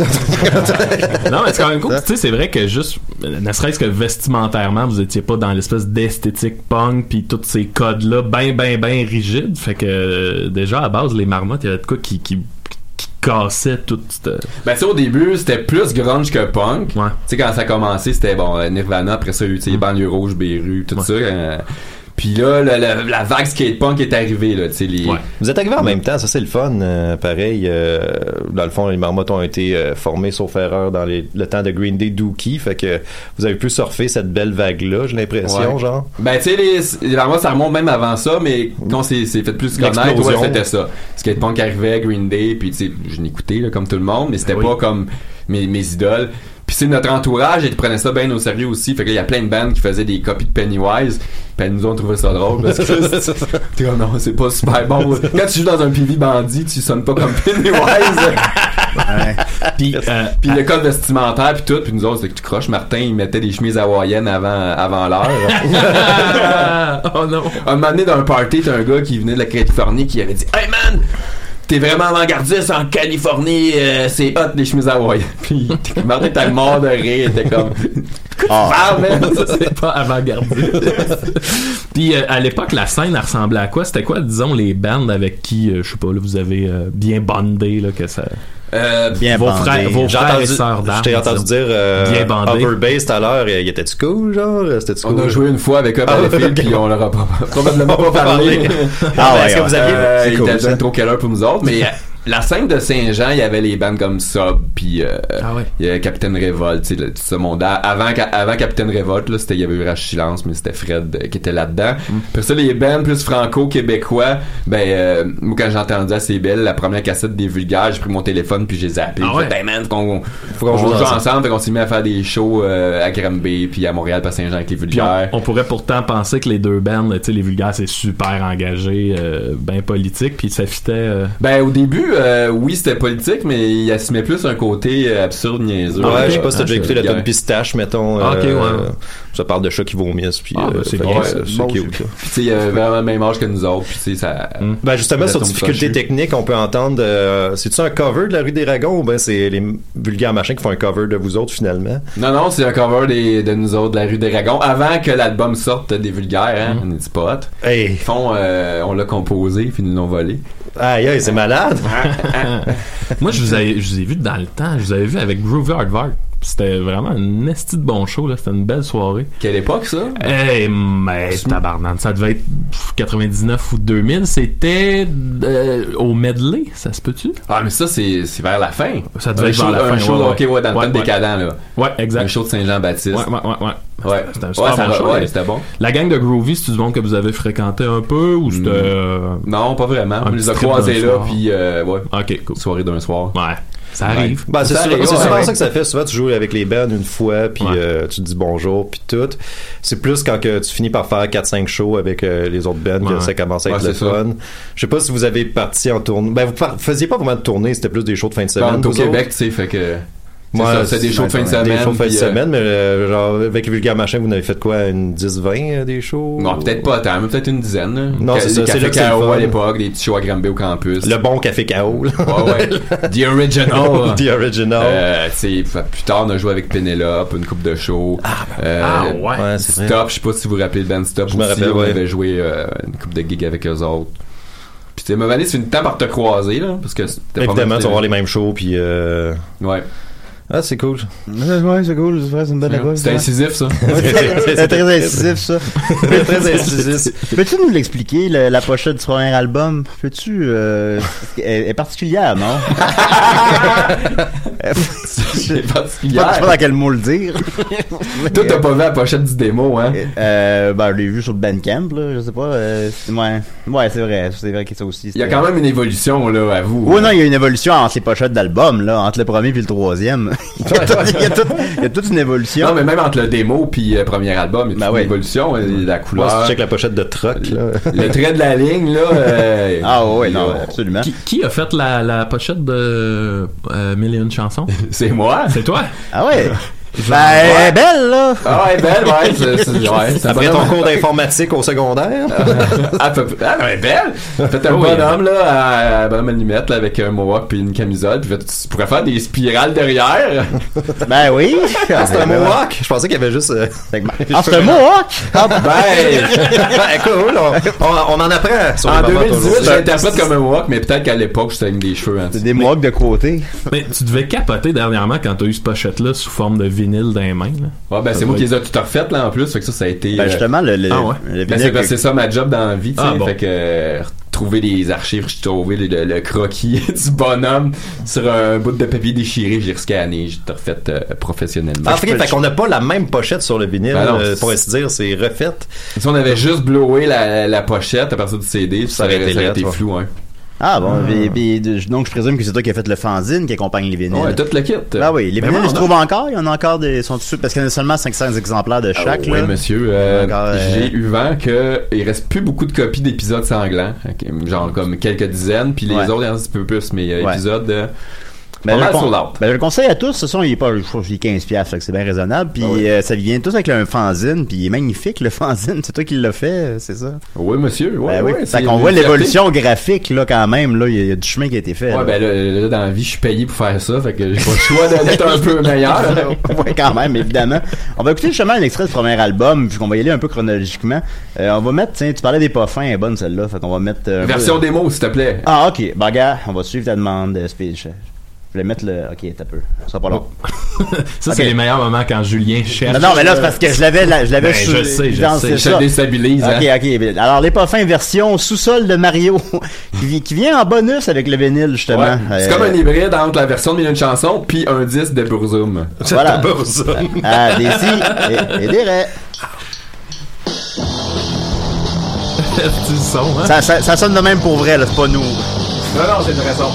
Non, mais c'est quand même cool. Tu sais, c'est vrai que juste, ne serait-ce que vestimentairement, vous étiez pas dans l'espèce d'esthétique punk pis tous ces codes-là ben rigides. Fait que, déjà, à base, les marmottes, il y avait de quoi qui cassait tout. Ben, tu sais, au début, c'était plus grunge que punk. Ouais. Tu sais, quand ça a commencé, c'était Nirvana, après ça, tu sais, Banlieue Rouge, Beru, tout ça. Puis là, la vague skate punk est arrivée, là, tu sais, Vous êtes arrivés en même temps, ça c'est le fun. Pareil, dans le fond, les marmottes ont été formés, sauf erreur, dans le temps de Green Day Dookie, fait que vous avez pu surfer cette belle vague-là, j'ai l'impression, genre. Ben, tu sais, les marmottes, ça remonte même avant ça, mais quand c'est fait plus connaître, c'était ça. Skate punk arrivait, Green Day, puis tu sais, je l'écoutais, là, comme tout le monde, mais c'était pas comme mes idoles. Puis c'est notre entourage, ils prenaient ça bien au sérieux aussi. Fait que il y a plein de bands qui faisaient des copies de Pennywise. Puis nous on trouvait ça drôle parce que non, c'est pas super bon. Quand tu joues dans un PV bandit, tu sonnes pas comme Pennywise. Puis le code vestimentaire puis tout, puis nous autres c'est que tu croches. Martin il mettait des chemises hawaïennes avant l'heure. Oh non. Un moment donné dans un party, t'as un gars qui venait de la Californie qui avait dit "Hey man, t'es vraiment avant-gardiste en Californie, c'est hot les chemises hawaïennes." Puis Martin était mort de rire, il était comme c'est pas avant-gardiste. Puis à l'époque la scène elle ressemblait à quoi? C'était quoi disons les bands avec qui je sais pas là vous avez bien bondé là que ça bien vos frères et sœurs d'armes. Je t'ai entendu dire bien bandé. Overbass tout à l'heure, il était-tu cool genre? C'était-tu cool? On a joué une fois avec Up à la file puis on leur a probablement pas parlé. Est-ce que vous aviez il était trop quelle heure pour nous autres, mais la scène de Saint-Jean, il y avait les bandes comme Sub puis il y avait Capitaine Révolte, tu sais tout ce monde avant Capitaine Révolte là, il y avait eu Rage Silence mais c'était Fred qui était là-dedans. Puis ça les bandes plus franco-québécois, moi quand j'ai entendu assez belle la première cassette des Vulgaires, j'ai pris mon téléphone puis j'ai zappé. Ben man, faut qu'on joue ensemble, fait qu'on s'est mis à faire des shows à Granby puis à Montréal pas Saint-Jean avec les Vulgaires. On pourrait pourtant penser que les deux bands, tu sais les Vulgaires c'est super engagé, ben politique puis ça fitait ben au début oui c'était politique mais il assumait plus un côté absurde niaiseux. Je sais pas si t'as déjà écouté la tune Pistache mettons. Ça parle de chats qui vomissent puis c'est bien ça cute. Puis tu sais il avait vraiment le même âge que nous autres puis tu sais ça ben justement sur difficulté technique on peut entendre c'est-tu un cover de la rue des Dragons ou ben c'est les Vulgaires Machins qui font un cover de vous autres finalement? Non c'est un cover de nous autres de la rue des Dragons avant que l'album sorte des Vulgaires on est pas hot. Ils font on l'a composé puis ils nous l'ont volé. Aïe c'est malade. Moi je vous ai vu dans le temps, je vous avais vu avec Groovy Hardvark. C'était vraiment un esti de bon show, là. C'était une belle soirée. Quelle époque, ça? Mais tabarnak, ça devait être 99 ou 2000. C'était au medley, ça se peut-tu? Ah, mais ça, c'est vers la fin. Ça devait être vers la fin. Un show, ok, dans le temps décadent, là. Ouais, exact. Un show de Saint-Jean-Baptiste. Ouais. C'était un super bon show. C'était bon. La gang de Groovy, c'est du monde que vous avez fréquenté un peu ou c'était... Non, pas vraiment. On les a croisés là, puis ouais. Ok, cool. Soirée d'un soir. Ouais. Ça arrive. Ben, c'est souvent ça que ça fait. Souvent, tu joues avec les bands une fois, puis tu te dis bonjour, puis tout. C'est plus quand que tu finis par faire 4-5 shows avec les autres bands que ça commence à être le fun. Je sais pas si vous avez parti en tournée. Ben, vous faisiez pas vraiment de tournée, c'était plus des shows de fin de semaine. Au Québec, tu sais, fait que... C'est des shows de fin de semaine. Des shows de fin de semaine, mais genre, avec Vulgaire Machin, vous en avez fait quoi? Une 10-20 des shows? Non, peut-être pas tant, mais peut-être une dizaine. Non, c'est ça. Café KO à l'époque, des petits shows à Granby au campus. Le bon Café KO. Ouais. The Original. The Original. Plus tard, on a joué avec Penelope, une coupe de shows. Ouais, c'est vrai. Stop, je sais pas si vous vous rappelez le band Stop. Je me rappelle, on avait joué une coupe de gigs avec eux autres. Puis tu sais, ma c'est une temps par te croiser, là, parce que évidemment, tu vas voir les mêmes shows, puis ouais. Ah, c'est cool. Ouais, c'est cool. C'est une bonne époque. C'est incisif, ça. C'est très incisif, ça. Très incisif. Peux-tu nous l'expliquer, la pochette du premier album? Peux-tu... elle est particulière, non? C'est particulière. Je sais pas dans quel mot le dire. Toi, t'as pas vu la pochette du démo, hein? Ben, je l'ai vu sur le Bandcamp, là. Je sais pas. Ouais, c'est vrai. C'est vrai que ça aussi. Il y a quand même une évolution, là, à vous. Oui, non, il y a une évolution entre les pochettes d'albums, là. Entre le premier puis le troisième. Il y a toute une évolution. Non, mais même entre le démo puis le premier album, il y a toute une évolution. La couleur. Moi, si tu check la pochette de Truck, là. Le trait de la ligne, là. Ah, ouais, non, absolument. Qui a fait la pochette de Million Chansons? C'est moi. C'est toi? Ah ouais. Ben, elle est belle, là! Ah, elle est belle, ouais. Après ton cours d'informatique au secondaire? Elle est belle! Fait un bonhomme, là, à bonhomme allumette, là, avec un mohawk puis une camisole, puis tu pourrais faire des spirales derrière. Ben oui! C'est un mohawk? Je pensais qu'il y avait juste... Ah, c'est un mohawk? Ah, cool, on en apprend sur en 2018, je l'interprète comme un mohawk, mais peut-être qu'à l'époque, j'étais avec des cheveux. C'est des mohawks de côté. Mais tu devais capoter dernièrement quand t'as eu cette pochette-là sous forme de vinyle dans les mains, là. Ouais, ben c'est moi qui les ai tout refaites, là, en plus, fait que ça a été... Ben justement, le vinyle... c'est ça ma job dans la vie, tu sais, fait que... trouver les archives, j'ai trouvé le croquis du bonhomme sur un bout de papier déchiré, j'ai rescanné, j'ai refait professionnellement. Ah, fait qu'on n'a pas la même pochette sur le vinyle, pour ainsi dire, c'est refait. Si on avait juste blowé la pochette à partir du CD, ça aurait été flou, hein. Ah bon, donc je présume que c'est toi qui as fait le fanzine qui accompagne les vinyles. Ouais, tout le kit. Ah oui, les vinyles, je trouve encore, il y en a encore sont dessus parce qu'il y en a seulement 500 exemplaires de chaque. Oui, monsieur, j'ai eu vent qu'il reste plus beaucoup de copies d'épisodes sanglants, genre comme quelques dizaines, puis les autres, il y en a un petit peu plus, mais épisodes... je le conseille à tous. Ce sont, il est pas, je crois, 15$, fait que c'est bien raisonnable. Puis ça vient tous avec un fanzine, puis il est magnifique le fanzine. C'est toi qui l'as fait, c'est ça? Oui, monsieur. Fait qu'on voit l'évolution graphique là quand même. Là, il y a du chemin qui a été fait. Ouais, ben là, dans la vie, je suis payé pour faire ça, fait que j'ai pas le choix d'être un peu meilleur. Ouais, quand même, évidemment. On va écouter justement un extrait du premier album, puis qu'on va y aller un peu chronologiquement. On va mettre, tiens, tu parlais des pas fins, elle est bonne celle-là, fait qu'on va mettre version démo, s'il te plaît. Ah, ok. Ben, gars, on va suivre ta demande, Speech. Je vais mettre le... Ok, t'as peu. Ça sera pas long. Ça, c'est les meilleurs moments quand Julien cherche. Non, mais là, c'est parce que je l'avais je sais. Je te déstabilise. Ok. Alors, les pas fins version sous-sol de Mario, qui vient en bonus avec le vinyle, justement. Ouais. C'est comme un hybride entre la version de Million de chansons puis un disque de Burzum. Voilà. Ah, des si et des raies. Ça sonne de même pour vrai, là, c'est pas nous. Non, c'est une raison.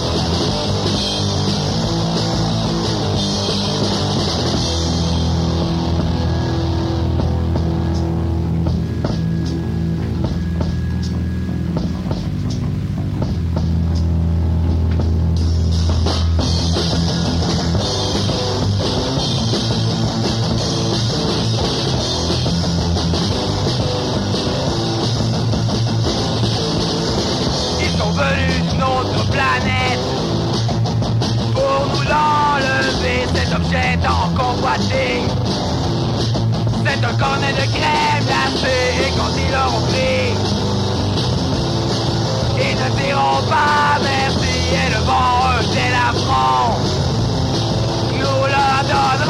C'est un cornet de crème glacée et quand ils l'auront pris, ils ne diront pas merci et le vent jeter l'affront. Nous leur donnons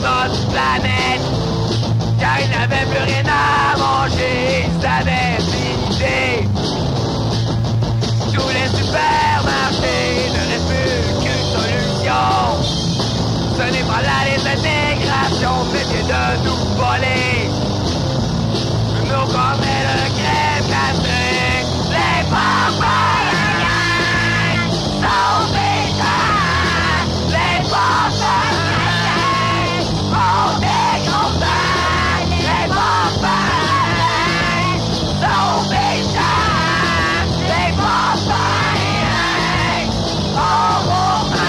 notre planète. Car ils n'avaient plus rien à manger, ils avaient fini. Tous les supermarchés ne restent plus qu'une solution. Ce n'est pas la désintégration, mais bien de nous voler nos comets de crème glacée. Les papayes sont méchants. Les papayes ont des gros sacs. Les papayes sont méchants. Les papayes ont vos mains.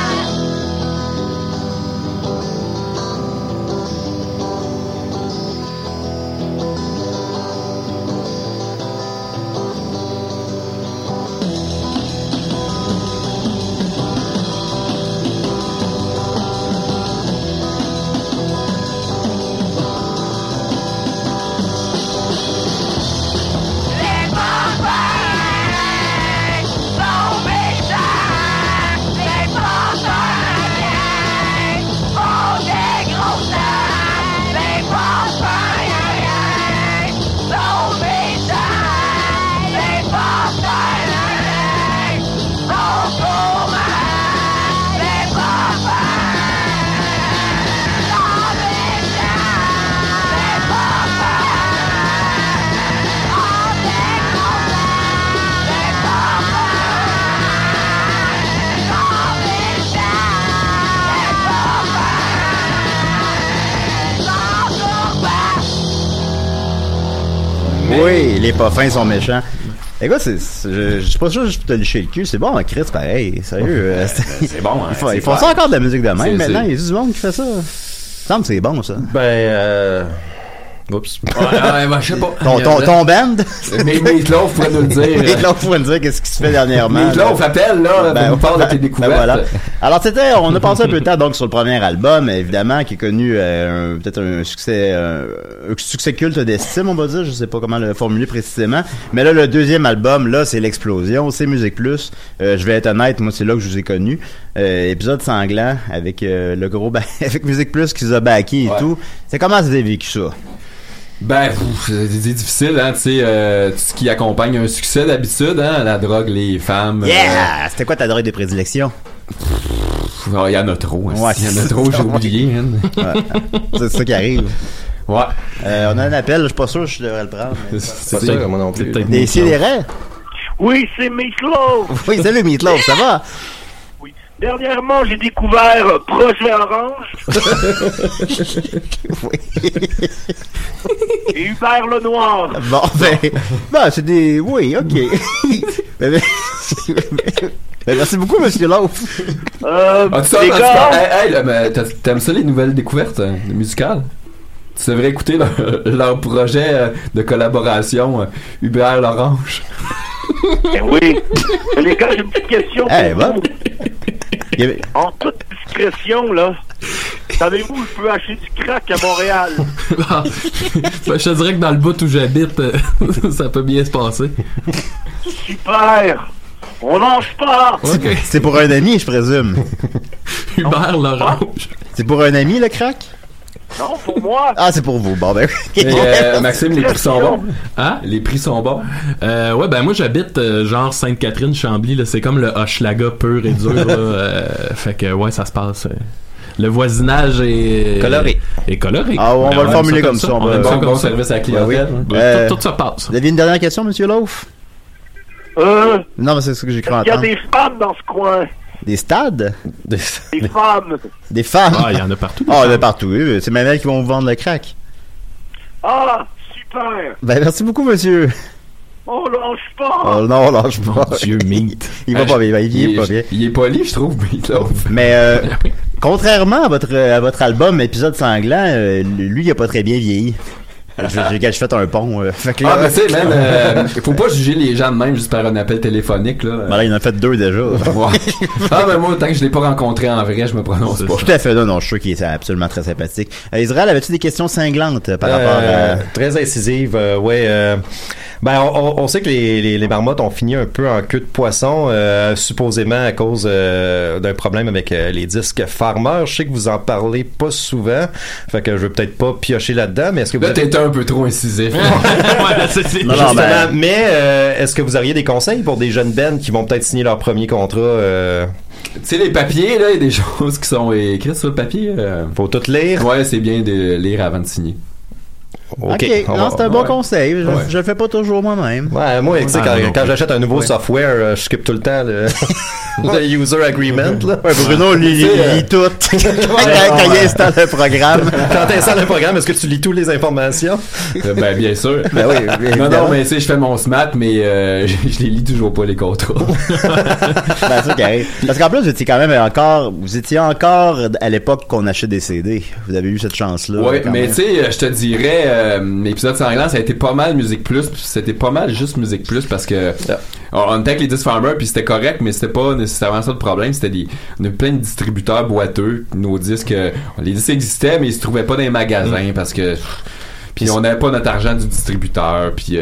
Oui, les pas fins sont méchants. Écoute, je suis pas sûr que je peux te licher le cul. C'est bon, Chris, pareil. Sérieux. C'est bon, hein. Ils font ça encore de la musique de même. Maintenant, il y a du monde qui fait ça. Il me semble que c'est bon, ça. Oups. Ouais, je sais pas. Ton band? Mais Meatloaf pourrait nous le dire. Meatloaf pourrait nous dire qu'est-ce qui se fait dernièrement. Meatloaf appelle, là, pour nous parler de tes découvertes. Voilà. Alors, on a passé un peu de temps, donc, sur le premier album, évidemment, qui est connu, peut-être un succès culte d'estime, on va dire. Je sais pas comment le formuler précisément. Mais là, le deuxième album, là, c'est l'explosion. C'est Musique Plus. Je vais être honnête, moi, c'est là que je vous ai connu. Épisode sanglant avec le gros avec Musique Plus qui vous a backé et tout. C'est comment vous avez vécu ça? Ben, c'est difficile, hein, tu sais, tout ce qui accompagne un succès d'habitude, hein, la drogue, les femmes. Yeah! C'était quoi ta drogue de prédilection? Il y en a trop, hein. Ouais, il y en a trop, j'ai oublié, hein. Ouais. C'est ça qui arrive. Ouais. On a un appel, je suis pas sûr que je devrais le prendre. C'est pas ça, moi non plus. Des sidérés? Oui, c'est Meatloaf. Oui, salut Meatloaf, ça va? Oui. Dernièrement, j'ai découvert Projet Orange. Oui. Et Hubert Lenoir. Bon, c'est des... Oui, OK. Merci beaucoup, Monsieur Loaf. Les gars... T'aimes ça, les nouvelles découvertes musicales? Tu devrais écouter leur projet de collaboration, Hubert l'Orange. Oui. Les gars, j'ai une petite question pour vous. En toute discrétion, là, savez-vous où je peux acheter du crack à Montréal? Je te dirais que dans le bout où j'habite, ça peut bien se passer. Super! On lâche pas! Okay. C'est pour un ami, je présume. Hubert l'Orange. C'est pour un ami, le crack? Non, pour moi. Ah, c'est pour vous. Bon, ben. Maxime, les prix sont bons. Hein? Les prix sont bons. Ouais, ben moi j'habite genre Sainte-Catherine-Chambly. Là, c'est comme le Hochelaga pur et dur. Fait que ouais, ça se passe. Le voisinage est coloré. Ah, on va le formuler comme ça. On a bon service à la clientèle. Tout ça passe. Vous aviez une dernière question, Monsieur Loaf? Non, mais c'est ce que j'ai cru entendre. Il y a des femmes dans ce coin. Des stades? Des femmes. Des femmes? Ah, il y en a partout. Ah, il y en a partout, oui. C'est même elles qui vont vous vendre le crack. Ah, super. Ben, merci beaucoup, monsieur. On lâche pas. Oh non, on lâche pas. Mon Dieu, Meat. Il va pas bien, il est pas bien. Il est poli, je trouve, Meatloaf. Mais, contrairement à votre album Épisode sanglant, lui, il a pas très bien vieilli. J'ai fait un pont. Fait que là, mais tu sais, man, faut pas juger les gens de même juste par un appel téléphonique, là. Ben là, il en a fait 2 déjà. Ouais. Mais moi, tant que je l'ai pas rencontré en vrai, je me prononce pas. Tout à fait, non, je suis sûr qu'il est absolument très sympathique. Israël, avais-tu des questions cinglantes par rapport à... Très incisives, ouais. Ben, on sait que les marmottes ont fini un peu en queue de poisson, supposément à cause d'un problème avec les disques Farmer. Je sais que vous en parlez pas souvent, fait que je veux peut-être pas piocher là-dedans, mais est-ce que vous... Là, t'es un peu trop incisif. Mais est-ce que vous auriez des conseils pour des jeunes bands qui vont peut-être signer leur premier contrat? Tu sais, les papiers, là, il y a des choses qui sont écrites sur le papier. Faut tout lire? Ouais, c'est bien de lire avant de signer. Ok, non, c'est un bon conseil. Je le fais pas toujours moi-même. Ouais, moi, tu sais, quand j'achète un nouveau software, je skip tout le temps le user agreement. Là. Ouais, Bruno, lui, il lit tout. Quand il installe un programme. Quand tu installes un programme, est-ce que tu lis toutes les informations? Ben, bien sûr. Ben oui, non, mais tu sais, je fais mon SMAT, mais je les lis toujours pas, les contrats. Ben, ça qui arrive. Parce qu'en plus, vous étiez encore à l'époque qu'on achetait des CD. Vous avez eu cette chance-là. Ouais, mais tu sais, je te dirais, l'épisode sanglant, ça a été pas mal Musique Plus, puis c'était pas mal juste Musique Plus parce que on était avec les disques Farmer, puis c'était correct, mais c'était pas nécessairement ça le problème. On avait plein de distributeurs boiteux. Nos disques, les disques existaient, mais ils se trouvaient pas dans les magasins parce que puis on n'avait pas notre argent du distributeur, puis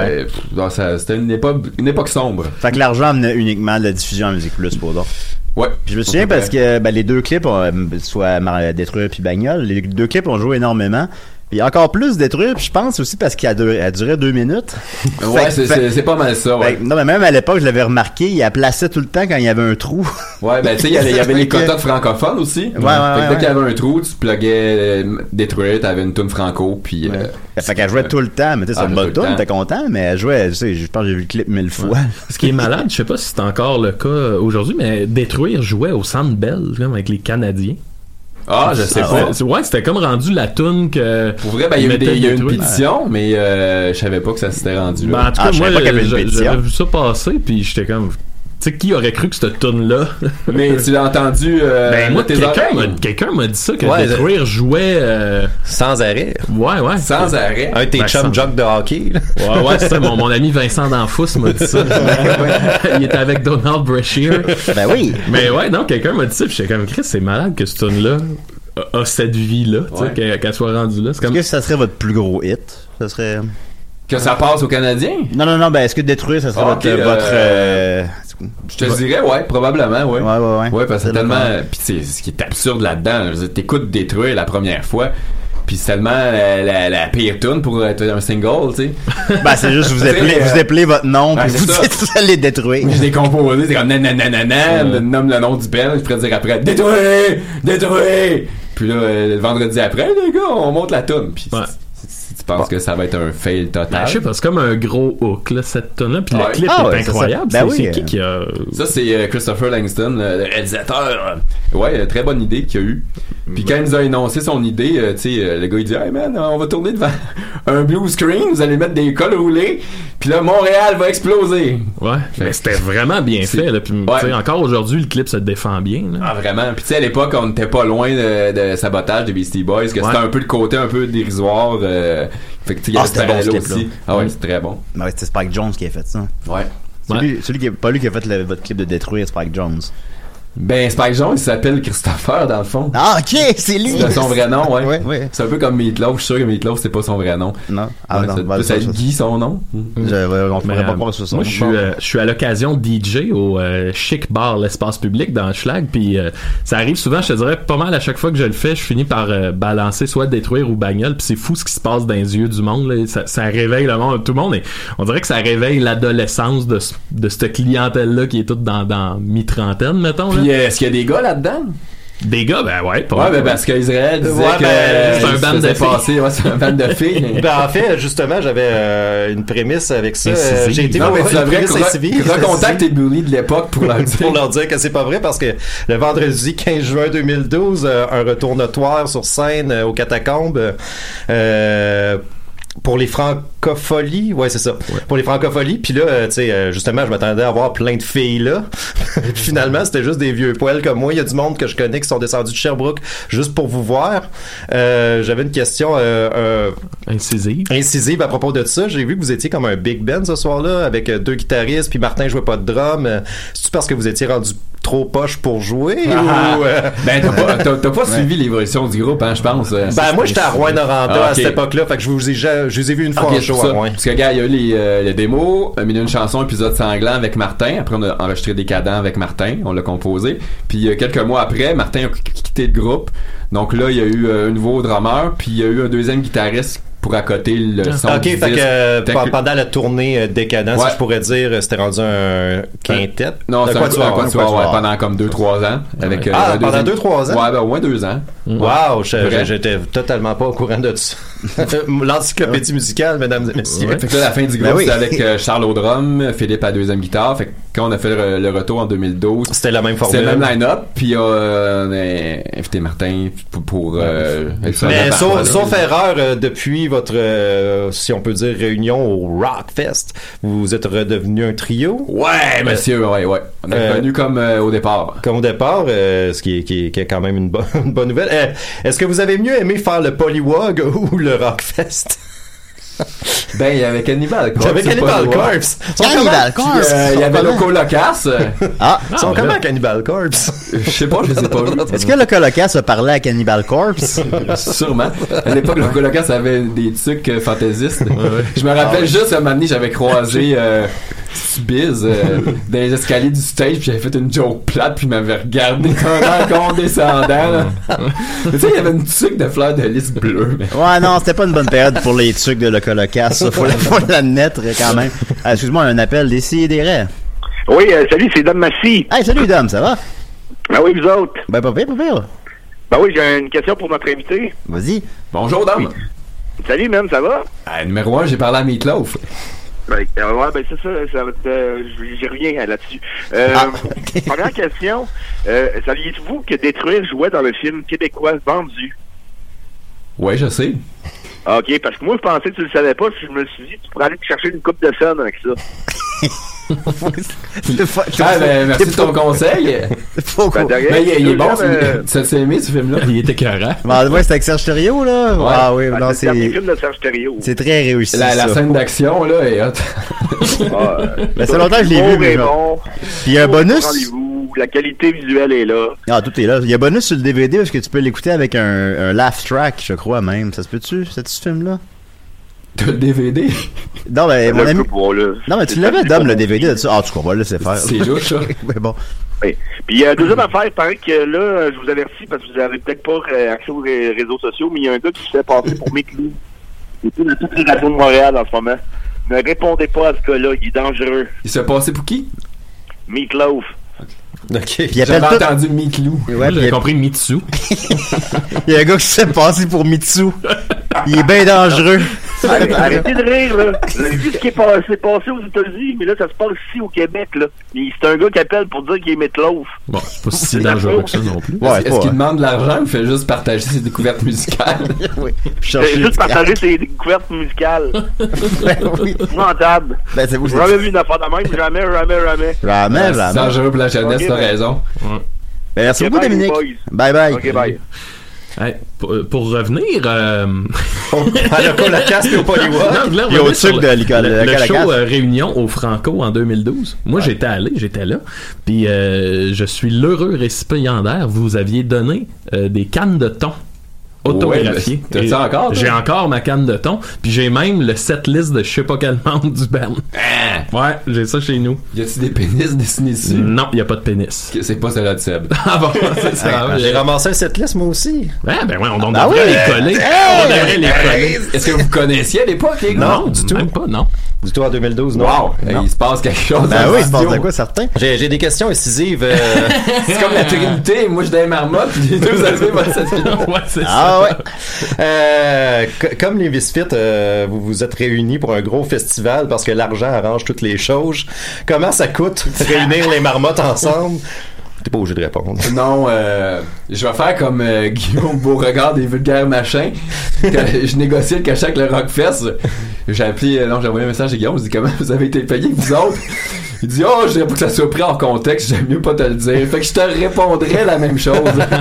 c'était une époque sombre. Fait que l'argent venait uniquement de la diffusion en Musique Plus pour d'autres. Ouais. Puis je me souviens parce que les deux clips, soit Détruire puis Bagnole, les deux clips ont joué énormément. Puis encore plus Détruire, puis je pense aussi parce qu'il a duré 2 minutes. Ouais, c'est pas mal ça, ouais. Non, mais même à l'époque, je l'avais remarqué, il la plaçait tout le temps quand il y avait un trou. Ouais, ben tu sais, il y avait les quotas de francophones aussi. Ouais. Dès qu'il y avait un trou, tu pluguais Détruire, t'avais une toune franco, puis... Fait qu'elle jouait tout le temps, mais tu sais, c'est une bonne toune, t'es content, mais elle jouait, tu sais, je pense que j'ai vu le clip 1000 fois. Ce qui est malade, je sais pas si c'est encore le cas aujourd'hui, mais Détruire jouait au Centre Bell, comme avec les Canadiens. Ah, je sais pas. Ouais, c'était comme rendu la toune que... Pour vrai, ben, il y a une pétition, mais je savais pas que ça s'était rendu là. Ben, en tout cas, moi, j'avais vu ça passer, puis j'étais comme... Tu sais, qui aurait cru que cette toune-là... Mais tu l'as entendu... ben, moi, quelqu'un m'a dit ça, que Détruire jouait... sans arrêt. Ouais. Sans arrêt. Un de tes chums jock de hockey. Là. Ouais, c'était mon ami Vincent D'Anfous m'a dit ça. Il était avec Donald Brashear. Ben oui. Mais ouais, non, quelqu'un m'a dit ça, puis j'étais comme, Chris, c'est malade que cette toune-là a cette vie-là, tu sais, qu'elle soit rendue là. Est-ce que ça serait votre plus gros hit? Ça serait... Que ça passe aux Canadiens? Non, ben, est-ce que Détruire, ça serait votre je te dirais, ouais, probablement, ouais. Ouais, parce que c'est tellement... Pis ce qui est absurde là-dedans, t'écoutes Détruire la première fois, pis c'est tellement la pire tune pour être un single, tu sais. Ben, c'est juste, vous appelez votre nom, pis vous dites les Détruire. Je l'ai composé, c'est comme nananana, nomme le nom du band, je pourrais dire après, Détruire! Puis là, le vendredi après, les gars, on monte la tune, pis je pense que ça va être un fail total. Ben, je sais pas, c'est comme un gros hook, là, cette tonne-là. Puis le clip est incroyable. C'est qui a... Ça, c'est Christopher Langston, le réalisateur. Ouais, très bonne idée qu'il a eu. Puis quand il nous a énoncé son idée, tu sais, le gars, il dit « Hey man, on va tourner devant un blue screen, vous allez mettre des cols roulés, puis là, Montréal va exploser. » Ouais, mais c'était vraiment bien fait. Là. Puis, encore aujourd'hui, le clip se défend bien. Là. Ah, vraiment. Puis tu sais, à l'époque, on n'était pas loin de Sabotage des Beastie Boys, que c'était un peu le côté un peu dérisoire. Fait que tu sais, c'était bon, ce clip, aussi. Ah ouais, c'est très bon. Ouais, c'était Spike Jones qui a fait ça. Ouais. Pas lui qui a fait votre clip de Détruire, Spike Jones. Ben, Spike Jones, il s'appelle Christopher, dans le fond. Ah, ok, c'est lui! C'est son vrai nom, ouais. Ouais. C'est un peu comme Meatloaf. Je suis sûr que Meatloaf, c'est pas son vrai nom. Non. Ça Guy, son nom. On pourrait pas croire sur son nom. Moi, je suis à l'occasion DJ au Chic Bar, l'espace public dans Schlag, puis ça arrive souvent, je te dirais, pas mal à chaque fois que je le fais, je finis par balancer soit Détruire ou Bagnole, puis c'est fou ce qui se passe dans les yeux du monde, là. Ça réveille le monde, tout le monde, et on dirait que ça réveille l'adolescence de cette clientèle-là qui est toute dans mi-trentaine, mettons, là. Est-ce qu'il y a des gars là-dedans? Des gars, ben ouais, pas. Ouais, ben parce qu'Israël disait que c'est un band de filles. Ouais, c'est un band de filles. Ben en fait, justement, j'avais une prémisse avec ça. J'ai été recontacte tes bullies de l'époque pour leur dire que c'est pas vrai parce que le vendredi 15 juin 2012, un retour notoire sur scène aux Catacombes. Pour les francopholies, ouais, c'est ça. Ouais. Pour les francopholies, puis là, tu sais, justement, je m'attendais à voir plein de filles là. Finalement, c'était juste des vieux poils comme moi. Il y a du monde que je connais qui sont descendus de Sherbrooke juste pour vous voir. J'avais une question incisive à propos de ça. J'ai vu que vous étiez comme un big band ce soir-là avec 2 guitaristes, puis Martin jouait pas de drum. C'est-tu parce que vous étiez rendu trop poche pour jouer? Ben, t'as pas suivi l'évolution du groupe, hein, je pense. Ben, moi, j'étais à Rouyn-Noranda à cette époque-là, fait que je vous ai vu une fois en show à Rouyn. Parce que, gars, il y a eu les démos, on a mis une chanson, épisode sanglant avec Martin. Après, on a enregistré Décadent avec Martin, on l'a composé. Puis, quelques mois après, Martin a quitté le groupe. Donc là, il y a eu un nouveau drummer, puis il y a eu un deuxième guitariste pour accoter le son. Ok, fait que pendant la tournée Décadent, si je pourrais dire, c'était rendu un quintet. Non, c'est un quatuor, pendant comme 2-3 ans. Avec, pendant 2-3 ans? Ouais, ben au moins 2 ans. Wow, j'étais totalement pas au courant de ça. L'encyclopédie musicale, mesdames et messieurs. Fait que là, la fin du groupe, c'était avec Charles au drum, Philippe à la deuxième guitare. Fait que quand on a fait le retour en 2012, c'était la même formule. C'était le même line-up, puis on a invité Martin pour mais sauf erreur, depuis votre, si on peut dire, réunion au Rockfest, vous êtes redevenu un trio? Ouais, monsieur, ouais. On est revenu comme au départ. Comme au départ, ce qui est quand même une bonne nouvelle. Est-ce que vous avez mieux aimé faire le Polywog ou le Rockfest? Ben, il y avait Cannibal Corpse. J'avais Cannibal Corpse. Cannibal Corpse. Il y avait Loco Locas. Ils sont comment Cannibal Corpse? Je sais pas, je les ai pas vus. Est-ce que Loco Locas a parlé à Cannibal Corpse? Sûrement. À l'époque, Loco Locas avait des trucs fantaisistes. Je me rappelle juste un moment donné, j'avais croisé Biz dans les escaliers du stage, puis j'avais fait une joke plate, puis il m'avait regardé comme un condescendant. Tu sais, il y avait une tuque de fleurs de lys bleues. Ouais, non, c'était pas une bonne période pour les trucs de Loco Locas, ça. Faut l'admettre quand même. Excuse-moi, un appel d'Ici des Raies. Oui, salut, c'est Dom Massy. Hey, salut Dom, ça va? Ben oui, vous autres. Ben, pas pire. Ben oui, j'ai une question pour notre invité. Vas-y. Bonjour, Dom. Oui. Salut, man, ça va? Numéro 1, j'ai parlé à Meatloaf. Ben, c'est ça va être, j'y reviens là-dessus. Première question, saviez-vous que Détruire jouait dans le film québécois Vendu? Ouais, je sais. Ok, parce que moi, je pensais que tu le savais pas, je me suis dit, tu pourrais aller te chercher une coupe de scène avec ça. Merci de ton conseil. Il est bon, c'est aimé ce film-là. Il était écœurant. Ouais, c'était avec Serge Thériault, là. Ouais. Ah oui, non, c'est le dernier film de Serge Thériault. C'est très réussi. La scène d'action, là, est hot. Ben, c'est longtemps que je l'ai vu, mais bon. Puis il y a un bonus. La qualité visuelle est là. Ah, tout est là. Il y a un bonus sur le DVD parce que tu peux l'écouter avec un laugh track, je crois même. Ça se peut-tu, ce film-là? Le DVD? Non, mais mon ami. Non, mais tu l'avais, Dom, le DVD de ça. Ah, tu comprends, là, c'est faire. C'est louche, ça. Mais bon. Oui. Puis, deuxième affaire, il paraît que là, je vous avertis parce que vous avez peut-être pas accès aux réseaux sociaux, mais il y a un gars qui se fait passer pour Meatloaf. Il est dans toutes les radios de Montréal en ce moment. Ne répondez pas à ce gars-là, il est dangereux. Il se fait passer pour qui? Meatloaf. Ok. J'avais entendu Mitlou. Ouais, j'ai compris Mitsu. Il y a un gars qui se fait passer pour Mitsu. Il est bien dangereux. Arrêtez de rire, là. Vous avez vu ce qui est passé aux États-Unis, mais là, ça se passe ici au Québec, là. C'est un gars qui appelle pour dire qu'il est Meatloaf. Bon, c'est pas si dangereux que ça non plus. Ouais, est-ce qu'il demande de l'argent ou fait juste partager ses découvertes musicales? Oui. Juste partager ses découvertes musicales. Oui. Rentable. Ben, c'est vous. J'ai jamais vu une affaire de même. Jamais. C'est dangereux pour la jeunesse, t'as raison. Ben, merci beaucoup, Dominique. Bye. Ok, bye. Hey, pour revenir à la casque et au Polywog et au truc de le show Réunion au Franco en 2012. Moi, j'étais là. Puis je suis l'heureux récipiendaire. Vous aviez donné des cannes de thon autographiées. T'as ça encore? J'ai encore ma canne de thon. Puis j'ai même le setlist de je sais pas quel membre du band. Ouais, j'ai ça chez nous. Y a-t-il des pénis dessinés dessus? Non, y a pas de pénis. C'est pas celle-là de Seb. Ah bon, c'est ça. J'ai ramassé cette liste moi aussi. Ben ouais, on devrait les coller. On devrait les coller. Est-ce que vous connaissiez à l'époque, les gars? Non, du tout. Même pas, non. Du tout en 2012, non. Wow! Il se passe quelque chose. Ben oui, il se passe de quoi, certain? J'ai des questions incisives. C'est comme la Trinité. Moi, je suis dans les marmottes, puis les deux, vous avez votre satellite. Ouais, c'est ça. Ah ouais. Comme les Misfits, vous vous êtes réunis pour un gros festival parce que l'argent arrange toutes les choses. Comment ça coûte réunir les marmottes ensemble? T'es pas obligé de répondre. Non, je vais faire comme Guillaume Beauregard des vulgaires machins. Je négociais le cachet avec le Rockfest. J'ai envoyé un message à Guillaume, je dis comment vous avez été payé, vous autres? Il dit, oh, je dirais pas que ça soit pris en contexte, j'aime mieux pas te le dire. Fait que je te répondrais la même chose.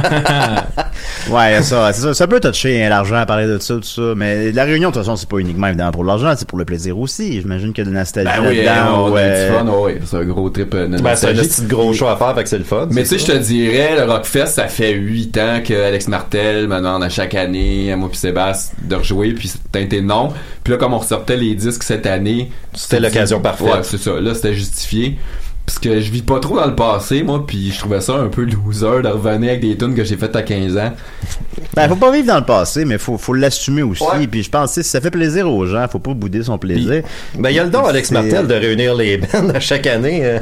Ouais, ça, c'est ça. Ça peut toucher, hein, l'argent, à parler de ça, tout ça. Mais la réunion, de toute façon, c'est pas uniquement évidemment pour l'argent, c'est pour le plaisir aussi. J'imagine qu'il y a de la nostalgie là-dedans. On a du fun, ouais. C'est un gros trip de nostalgie. C'est un petit gros show à faire, fait que c'est le fun. Mais tu sais, je te dirais, le Rockfest, ça fait 8 ans que Alex Martel me demande à chaque année, à moi puis Sébastien, de rejouer, puis c'était été non. Puis là, comme on ressortait les disques cette année, c'était l'occasion parfaite. Ouais, c'est ça. Là, c'était justifié. Parce que je vis pas trop dans le passé, moi, puis je trouvais ça un peu loser de revenir avec des tunes que j'ai faites à 15 ans. Ben, faut pas vivre dans le passé, mais faut l'assumer aussi. Ouais. Puis je pense que si ça fait plaisir aux gens, faut pas bouder son plaisir. Ben, il y a le don, Alex Martel, de réunir les bands à chaque année.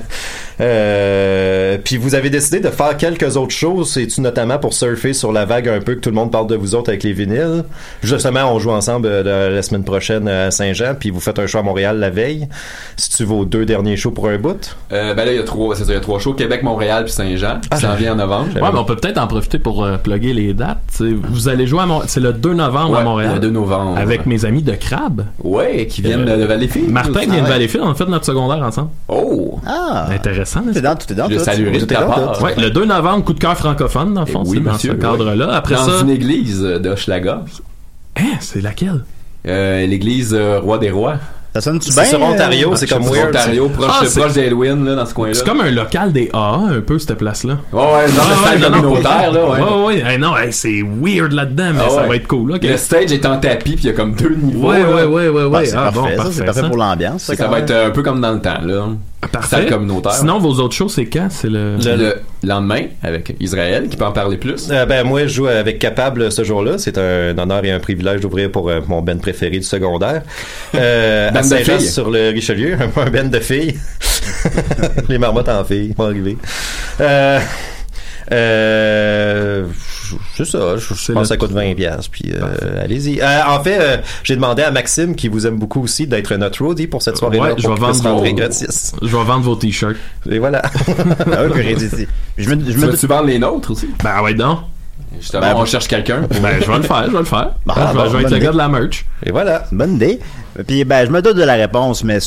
Puis vous avez décidé de faire quelques autres choses. C'est-tu notamment pour surfer sur la vague un peu que tout le monde parle de vous autres avec les vinyles? Justement, on joue ensemble la semaine prochaine à Saint-Jean, puis vous faites un show à Montréal la veille. C'est-tu vos 2 derniers shows pour un bout? Ben là, il y a 3 shows, Québec, Montréal puis Saint-Jean, qui s'en vient en novembre. Ouais, mais on peut peut-être en profiter pour plugger les dates. T'sais, vous allez jouer c'est le 2 novembre à Montréal. Le 2 novembre. Avec mes amis de Crabbe. Ouais, qui viennent de Valleyfield. Martin vient de Valleyfield, on a fait notre secondaire ensemble. Oh! Ah! Intéressant, n'est-ce pas? Tout est dans Je saluerai de ta part. Ouais, le 2 novembre, coup de cœur francophone, dans le fond, oui, c'est monsieur, dans ce cadre-là. Après dans ça... une église d'Hochelaga. Hein? C'est laquelle? L'église Roi des Rois. Ça sonne-tu bien? C'est sur Ontario, c'est comme weird. Ontario, proche d'Halloween, là, dans ce coin-là. C'est comme un local des AA, un peu, cette place-là. Ouais, non, communautaire, là, ouais. Ouais, non, c'est weird là-dedans, mais ça va être cool, là. Le stage est en tapis, puis il y a comme 2 niveaux. Ouais. C'est parfait, ça, c'est parfait pour l'ambiance. Ça va être un peu comme dans le temps, là. Parfait. Communautaire. Sinon, vos autres shows, c'est quand? C'est le lendemain, avec Israël, qui peut en parler plus. Ben, moi, je joue avec Capable ce jour-là. C'est un honneur et un privilège d'ouvrir pour mon band préféré du secondaire. À Saint-Jean, sur le Richelieu, un band de filles. Les marmottes en filles vont arriver. C'est ça, je pense que ça coûte 20$, puis allez-y. En fait, j'ai demandé à Maxime, qui vous aime beaucoup aussi, d'être notre roadie pour cette soirée-là. Ouais, je vais vendre vos t-shirts. Et voilà. Tu vends les nôtres aussi? Ben ouais, donc. Justement, on cherche quelqu'un. Ben, je vais le faire. Je vais être le gars de la merch. Et voilà. Bonne idée. Puis, ben, je me doute de la réponse, mais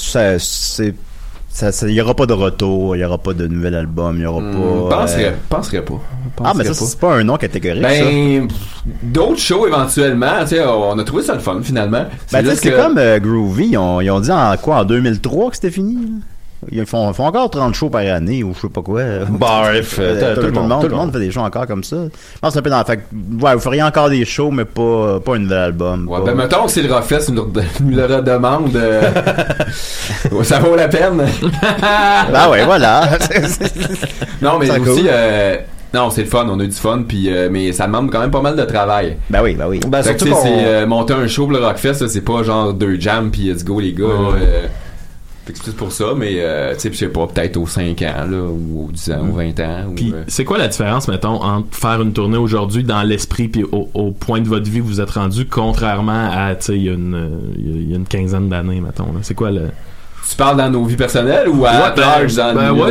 il y aura pas de retour, il y aura pas de nouvel album, il y aura pas... Penserais pas. Mais ça, c'est pas un nom catégorique, ben, d'autres shows, éventuellement, tu sais, on a trouvé ça le fun, finalement. C'est comme Groovy, ils ont dit en 2003 que c'était fini, là? Ils font encore 30 shows par année ou je sais pas quoi. Bref, tout le monde fait des shows encore comme ça. Je pense un peu dans le fait que, vous feriez encore des shows, mais pas un nouvel album. Ouais, ben mettons que c'est le Rockfest nous le redemande. Ça vaut la peine. Ben ouais, voilà. Non, mais aussi... Non, c'est le fun, on a eu du fun, puis mais ça demande quand même pas mal de travail. Ben oui. Ben, fait que, c'est monter un show pour le Rockfest, là, c'est pas genre 2 jams puis let's go les gars. Fait que c'est plus pour ça, mais tu sais, je sais pas, peut-être aux 5 ans, là, ou aux 10 ans, ou 20 ans. Puis c'est quoi la différence, mettons, entre faire une tournée aujourd'hui dans l'esprit puis au point de votre vie où vous êtes rendu, contrairement à, tu sais, il y a une quinzaine d'années, mettons, là. C'est quoi le... Tu parles dans nos vies personnelles ou à large dans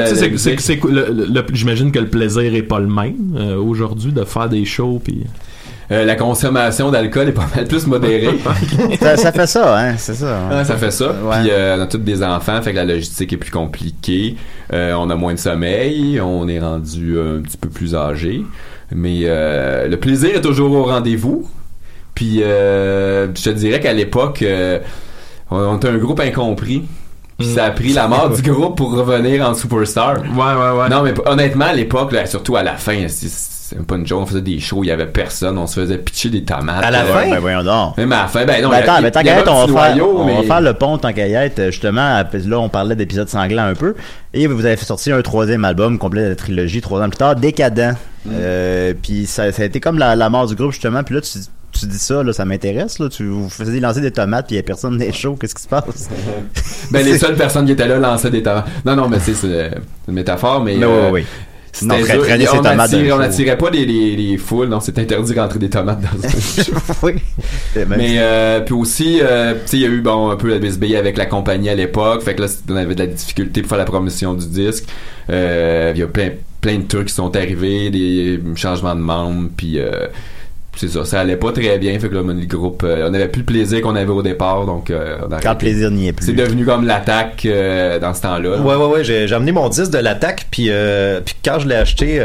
j'imagine que le plaisir est pas le même aujourd'hui de faire des shows puis la consommation d'alcool est pas mal plus modérée. ça fait ça, hein, c'est ça. Hein. Ça fait ça. Ouais. Puis on a tous des enfants, fait que la logistique est plus compliquée. On a moins de sommeil, on est rendu un petit peu plus âgé, mais le plaisir est toujours au rendez-vous. Puis je te dirais qu'à l'époque, on était un groupe incompris. Puis ça a pris la mort du groupe pour revenir en superstar. Ouais. Non, mais honnêtement, à l'époque, là, surtout à la fin, c'est pas une joke, on faisait des shows, il y avait personne, on se faisait pitcher des tomates. À la fin? Ben voyons donc. Même à la fin, ben non, on va faire le pont tant qu'Ayette, justement, là on parlait d'épisodes sanglants un peu, et vous avez sorti un 3e album complet de la trilogie 3 ans plus tard, Décadent. Puis ça a été comme la mort du groupe, justement, puis là tu dis ça, là, ça m'intéresse, là. Vous faisiez lancer des tomates, puis il n'y a personne des shows. Qu'est-ce qui se passe? Ben, les seules personnes qui étaient là lançaient des tomates. Non, mais c'est une métaphore, mais. Oui. Non, on n'attirait pas les foules, non, c'est interdit de rentrer des tomates dans un show. Oui. Mais, puis aussi, tu sais, il y a eu, un peu la bisbille avec la compagnie à l'époque, fait que là, on avait de la difficulté pour faire la promotion du disque. Il y a plein de trucs qui sont arrivés, des changements de membres, puis c'est ça, ça allait pas très bien, fait que là, le groupe, on avait plus le plaisir qu'on avait au départ, donc quand le plaisir n'y est plus. C'est devenu comme l'attaque dans ce temps-là. Ouais, j'ai amené mon disque de l'attaque, puis quand je l'ai acheté,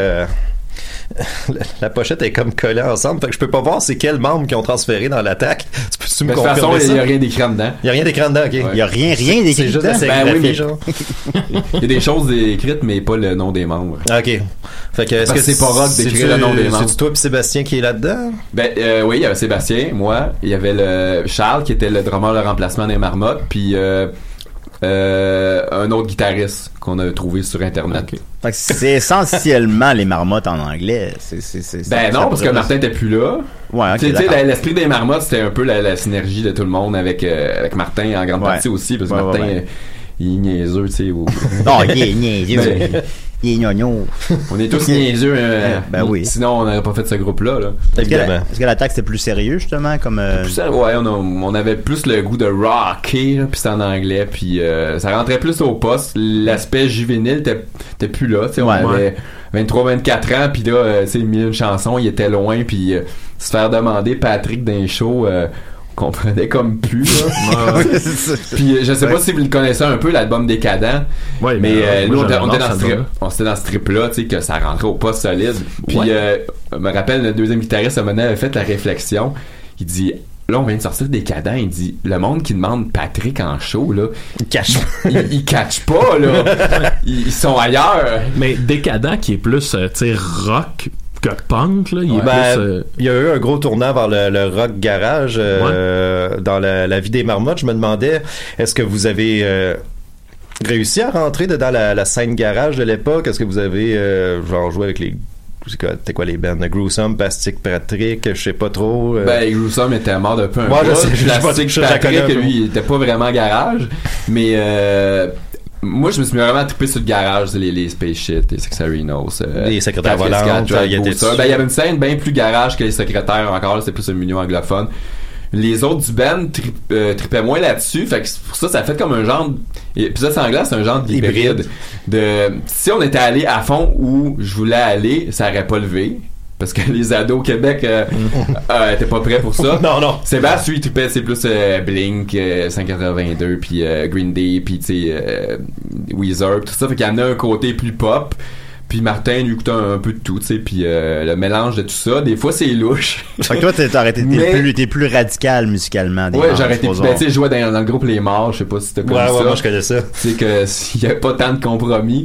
la pochette est comme collée ensemble, fait que je peux pas voir c'est quels membres qui ont transféré dans l'attaque. Tu peux-tu me confirmer ça? De toute façon, il y a rien d'écrit dedans. Il y a rien d'écrit dedans, ok. Il y a rien d'écrit c'est juste dedans. la sérigraphie, genre. Il y a des choses écrites, mais pas le nom des membres. Ok. Fait que est-ce que c'est pas rock d'écrire le nom des membres? C'est toi pis Sébastien qui est là-dedans? Oui, il y avait Sébastien, moi, il y avait le Charles qui était le drummer, le remplacement des Marmottes, puis un autre guitariste qu'on a trouvé sur internet. Okay. Fait que c'est essentiellement les Marmottes en anglais. Non, parce que Martin était plus là. Ouais, okay, tu sais, l'esprit des Marmottes, c'était un peu la synergie de tout le monde avec Martin en grande partie aussi, parce que Martin il est niaiseux, tu sais. Non, il est niaiseux. Il est gnognon. On est tous niaiseux. Oui. Sinon, on n'aurait pas fait ce groupe-là. Là. Est-ce que l'attaque c'était plus sérieux, justement? Ouais, on avait plus le goût de rocker, puis c'était en anglais, puis ça rentrait plus au poste. L'aspect juvénile était plus là. On avait 23-24 ans, puis là, il mis une chanson, il était loin, puis se faire demander Patrick d'un show... comprenait comme plus là. Puis je sais pas si vous le connaissez un peu, l'album Décadent, mais nous on était dans ce trip là, tu sais, que ça rentrait au poste solide. Puis je me rappelle, le deuxième guitariste à un moment donné avait fait la réflexion, il dit là on vient de sortir Décadent, il dit le monde qui demande Patrick en show là, ils catchent pas là. Ils sont ailleurs. Mais Décadent qui est plus tu sais rock que punk, là. Il y a eu un gros tournant vers le rock garage dans la vie des Marmottes. Je me demandais, est-ce que vous avez réussi à rentrer dans la scène garage de l'époque? Est-ce que vous avez joué avec les... C'était quoi les bands? Gruesome, Plastic Patrick, je sais pas trop. Gruesome était mort depuis un peu. Plastic Patrick, lui, il était pas vraiment garage, mais... moi, je me suis vraiment trippé sur le garage, les Space Shit, les Sexarinos, les secrétaires volants, il y avait une scène bien plus garage que les secrétaires encore, là, c'est plus un milieu anglophone. Les autres du band trippaient moins là-dessus, fait que pour ça a fait comme un genre puis ça, Sanglant, c'est un genre d'hybride. Si on était allé à fond où je voulais aller, ça aurait pas levé. Parce que les ados au Québec étaient pas prêts pour ça. Non. Sébastien, lui, trippait, c'est plus Blink, 582, puis Green Day, puis tu sais, Weezer, tout ça. Fait qu'il y en a un côté plus pop. Puis Martin lui écoutait un peu de tout, tu sais, puis le mélange de tout ça, des fois c'est louche. Fait que toi t'es plus radical musicalement. Ouais, j'arrêtais plus. Tu sais, je jouais dans le groupe Les Morts, je sais pas si t'as connu ça. Ouais, moi je connais ça. Tu sais que s'il y avait pas tant de compromis.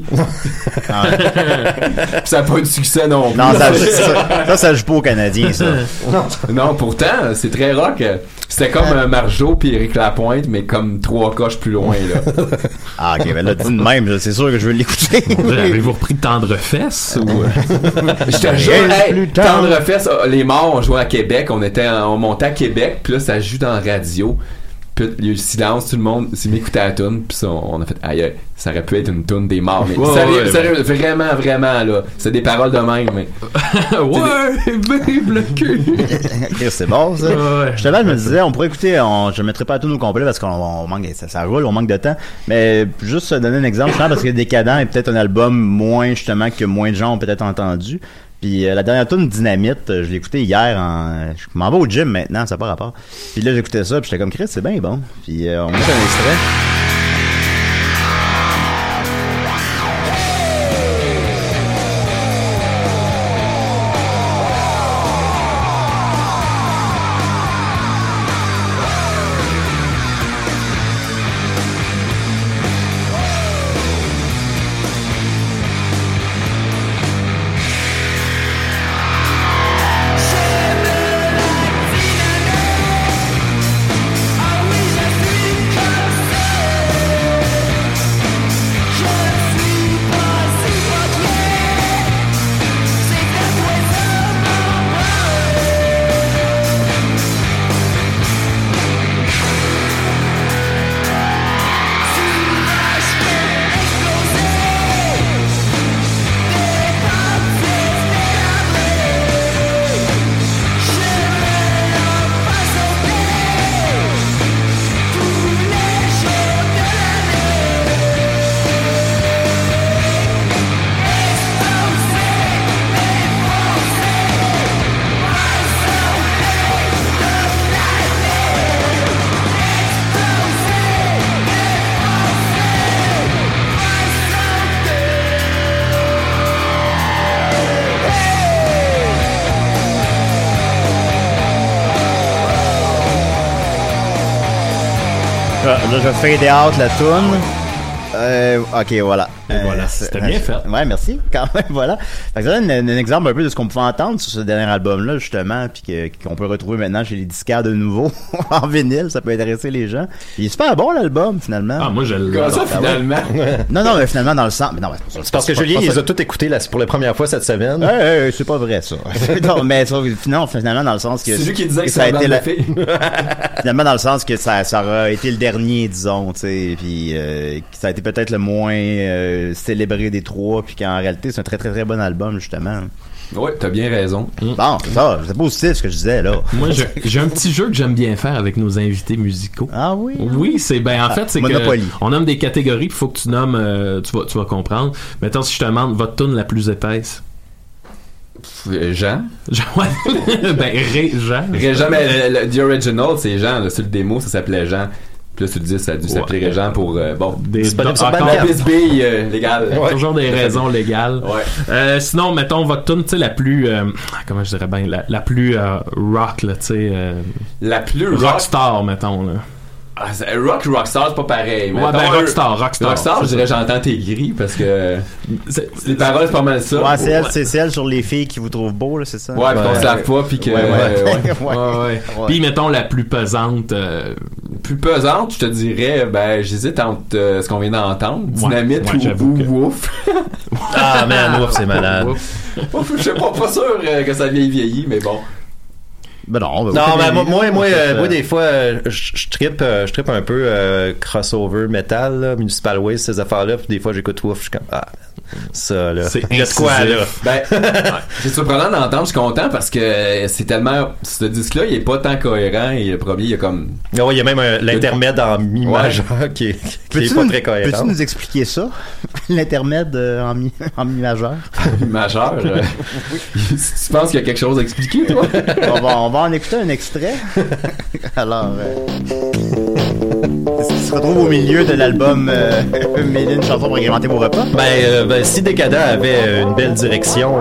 Ça a pas eu de succès non plus. Non, ça joue pas aux Canadiens, ça. Non, pourtant, c'est très rock. C'était comme Marjo puis Éric Lapointe, mais comme 3 coches plus loin, là. Ah, ok, ben là, dis de même, c'est sûr que je veux l'écouter. Avez-vous repris Tendrefesse ou... Je te jure, Tendrefesse, les Morts, on jouait à Québec, on montait à Québec, puis là, ça joue dans la radio. Puis il y a eu le silence, tout le monde s'est mis écouter la toune, puis ça, on a fait aïe, ça aurait pu être une toune des Morts, mais sérieux, vraiment là, c'est des paroles de même, mais vive le cul. C'est bon ça. Justement, je me disais, on pourrait écouter, je mettrai pas la toune au complet parce qu'on manque, ça roule, on manque de temps, mais juste donner un exemple, parce que Décadent est peut-être un album moins justement que moins de gens ont peut-être entendu. Puis la dernière tune Dynamite, je l'ai écouté hier je m'en vais au gym maintenant, ça n'a pas rapport. Puis là j'écoutais ça, puis j'étais comme Chris, c'est bien bon. Puis on met un extrait. je fade out la toune. Ok, voilà. Voilà, c'était bien fait. Ouais, merci. Quand même, voilà. Fait que ça donne un exemple un peu de ce qu'on pouvait entendre sur ce dernier album-là, justement, puis qu'on peut retrouver maintenant chez les disquaires de nouveau en vinyle. Ça peut intéresser les gens. Il est super bon, l'album, finalement. Ah, moi, je l'adore. Comment ça, finalement? Non, mais finalement, dans le sens. Mais non, c'est parce que Julien, ils ont tous écoutés là, pour la première fois cette semaine. C'est pas vrai, ça. Non, mais finalement, dans le sens que. C'est lui qui disait que ça a été la fille. Finalement, dans le sens que ça aura été le dernier, disons, tu sais, puis ça a été peut-être le moins célébré des trois, puis qu'en réalité, c'est un très, très, très bon album, justement. Ouais, t'as bien raison. Bon, c'est ça, c'est positif ce que je disais, là. Moi, j'ai un petit jeu que j'aime bien faire avec nos invités musicaux. Ah oui? Oui, c'est, en fait, c'est Monopoly. On nomme des catégories, puis il faut que tu nommes, tu vas comprendre. Mettons, si je te demande votre tune la plus épaisse. Jean? Ouais. Jean. Jean, mais The Original, c'est Jean, là, sur le démo, ça s'appelait Jean. Puis là, tu le dis, ça a dû s'appeler Régent pour, bisbille légal. Ouais. Toujours des raisons légales. Ouais. Sinon, mettons, votre tune, tu sais, la plus, comment je dirais bien, la plus rock, là, tu sais. La plus rockstar, mettons, là. Ah, Rockstar, c'est pas pareil. Ouais, Rockstar. Je dirais J'entends tes gris parce que les paroles, c'est pas mal ça. Ouais, c'est celle sur les filles qui vous trouvent beau, là, c'est ça? Ouais, pis qu'on se lave pas, pis que. Ouais. Puis, mettons, la plus pesante. Plus pesante, je te dirais, j'hésite entre ce qu'on vient d'entendre, Dynamite ou Ouf. Ah, man, Ouf, c'est malade. Ouf, je suis pas sûr que ça vieillit, mais bon. Ben non, moi des fois je trippe un peu crossover metal là, Municipal Waste, ces affaires là, puis des fois j'écoute Ouf, je suis comme ça là, c'est il y a de quoi là. C'est surprenant d'entendre, je suis content parce que c'est tellement, ce disque là il est pas tant cohérent, et le premier il y a comme il y a même l'intermède en mi majeur qui est pas très cohérent. Peux-tu nous expliquer ça? L'intermède en mi majeur? Mi majeur? Tu penses qu'il y a quelque chose à expliquer, toi? On va en écouter un extrait. Alors, est-ce qu'il se retrouve au milieu de l'album une chanson pour agrémenter vos repas? Si Décadent avait une belle direction.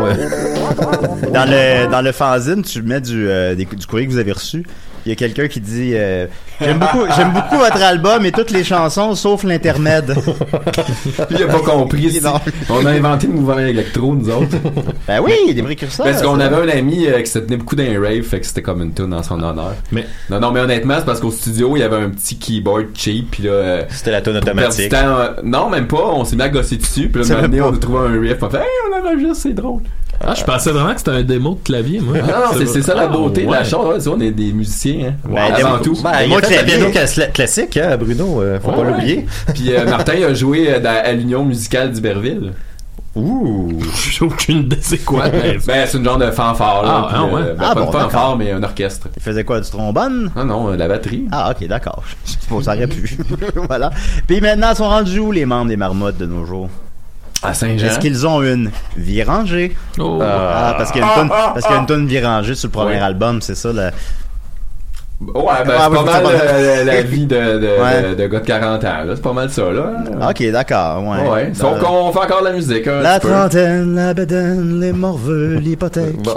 Dans le fanzine, tu mets du courrier que vous avez reçu. Il y a quelqu'un qui dit j'aime beaucoup votre album et toutes les chansons sauf l'intermède. Il a pas compris. On a inventé le mouvement électro, nous autres. Ben oui, des précurseurs. Parce qu'on avait un ami qui se tenait beaucoup dans les raves, fait que c'était comme une tune en son honneur. Mais non, mais honnêtement, c'est parce qu'au studio, il y avait un petit keyboard cheap, puis là c'était la tune automatique. Non, même pas, on s'est mis à gosser dessus, puis là maintenant on a trouvé un riff, on a fait on enregistre, c'est drôle. Je pensais vraiment que c'était un démo de clavier, moi. Non, c'est ça la beauté de la chose. On est des musiciens, hein. Avant tout. Il a fait le piano classique, hein, Bruno. Faut pas l'oublier. Puis Martin a joué à l'Union musicale d'Iberville. Ouh! J'ai aucune idée c'est quoi. C'est une genre de fanfare, là. Pas une fanfare, mais un orchestre. Il faisait quoi, du trombone? Non, la batterie. Ah, ok, d'accord. Ça aurait pu. Voilà. Puis maintenant, ils sont rendus où, les membres des Marmottes de nos jours? À Saint-Jean. Est-ce qu'ils ont une vie rangée? Parce qu'il y a une toune vie rangée sur le premier album, c'est ça, là. Ouais, c'est pas mal la vie de gars de 40 ans, là. C'est pas mal ça, là. Ok, d'accord, ouais. Sauf qu'on fait encore de la musique, hein. La trentaine, la bedaine, les morveux, l'hypothèque. Bon.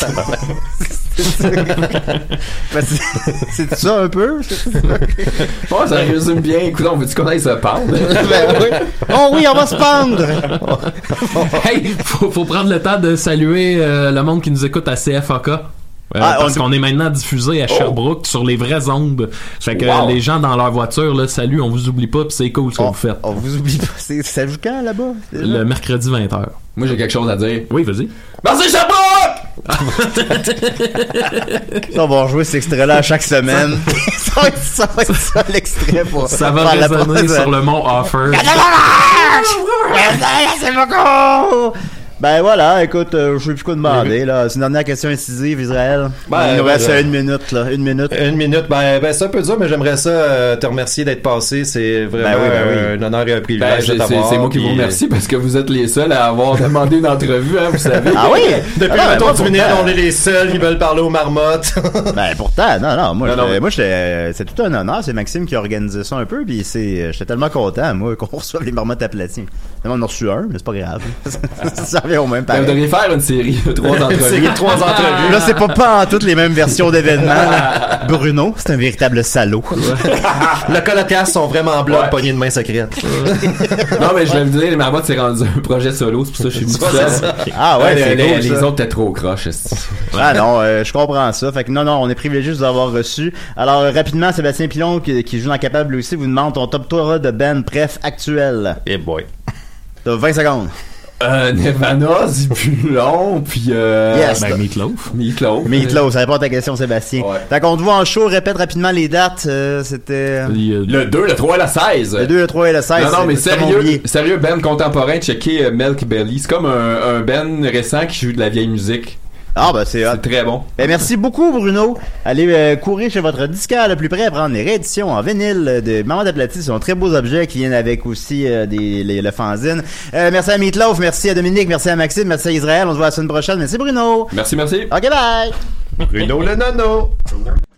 C'est ça un peu? Ouais, ça résume bien. Écoute, on veut-tu qu'on aille se pendre? Oh oui, on va se pendre! Hey, faut prendre le temps de saluer le monde qui nous écoute à CFAK. Parce qu'on est maintenant diffusé à Sherbrooke sur les vraies ondes. Fait que les gens dans leur voiture, là, salut, on vous oublie pas, pis c'est cool ce que vous faites. On vous oublie pas. Ça joue quand là-bas? Le mercredi 20h. Moi j'ai quelque chose à dire. Oui, vas-y. Merci Sherbrooke! On va rejouer cet extrait-là à chaque semaine. ça va être ça l'extrait pour. Ça va résonner sur le mont Offer. C'est beaucoup! Ben voilà, écoute, je sais plus quoi demander, là. C'est une dernière question incisive, Israël. Il nous reste 1 minute, là. 1 minute. 1 minute. C'est un peu dur, mais j'aimerais ça te remercier d'être passé. C'est vraiment un honneur et un privilège de t'avoir. C'est moi qui vous remercie parce que vous êtes les seuls à avoir demandé une entrevue, hein, vous savez. Ah oui? Depuis le tour du minute, on est les seuls qui veulent parler aux marmottes. Pourtant, non. Moi, c'est tout un honneur. C'est Maxime qui a organisé ça un peu, puis j'étais tellement content, moi, qu'on reçoive les marmottes aplaties. On en a reçu un, mais c'est pas grave. Ça revient au même pareil. Vous devriez faire une série de 3 entrevues. Une série de 3 entrevues. Là, c'est pas en toutes les mêmes versions d'événements. Bruno, c'est un véritable salaud. Le colocasse sont vraiment blancs, poignées de main secrète. Non, mais je vais vous dire, les Marmottes, c'est rendu un projet solo, c'est pour ça que je suis venu tout seul. Ah ouais, c'est cool, les ça. autres étaient trop croches. Ah non, je comprends ça. Fait que non, on est privilégié de vous avoir reçu. Alors, rapidement, Sébastien Pilon, qui joue dans Capable aussi, vous demande ton top 3 de band préf actuel. Eh boy. T'as 20 secondes. Nirvana, Zibulon, puis Yes. Meatloaf, ça répond à ta question, Sébastien. Ouais. Fait qu'on te voit en show, répète rapidement les dates. C'était... Le 2, le 3 et le 16. Le 2, le 3 et le 16. Non, mais c'est comme oublié. sérieux, band contemporain, checker Milk Belly. C'est comme un band récent qui joue de la vieille musique. Ah, ben c'est hot. C'est très bon. Ben, merci beaucoup, Bruno. Allez courir chez votre disquaire le plus près, prendre les rééditions en vinyle de Maman d'Aplatie. Ce sont très beaux objets qui viennent avec aussi le fanzine. Merci à Meatloaf, merci à Dominique, merci à Maxime, merci à Israël. On se voit la semaine prochaine. Merci, Bruno. Merci. OK, bye. Bruno le nono.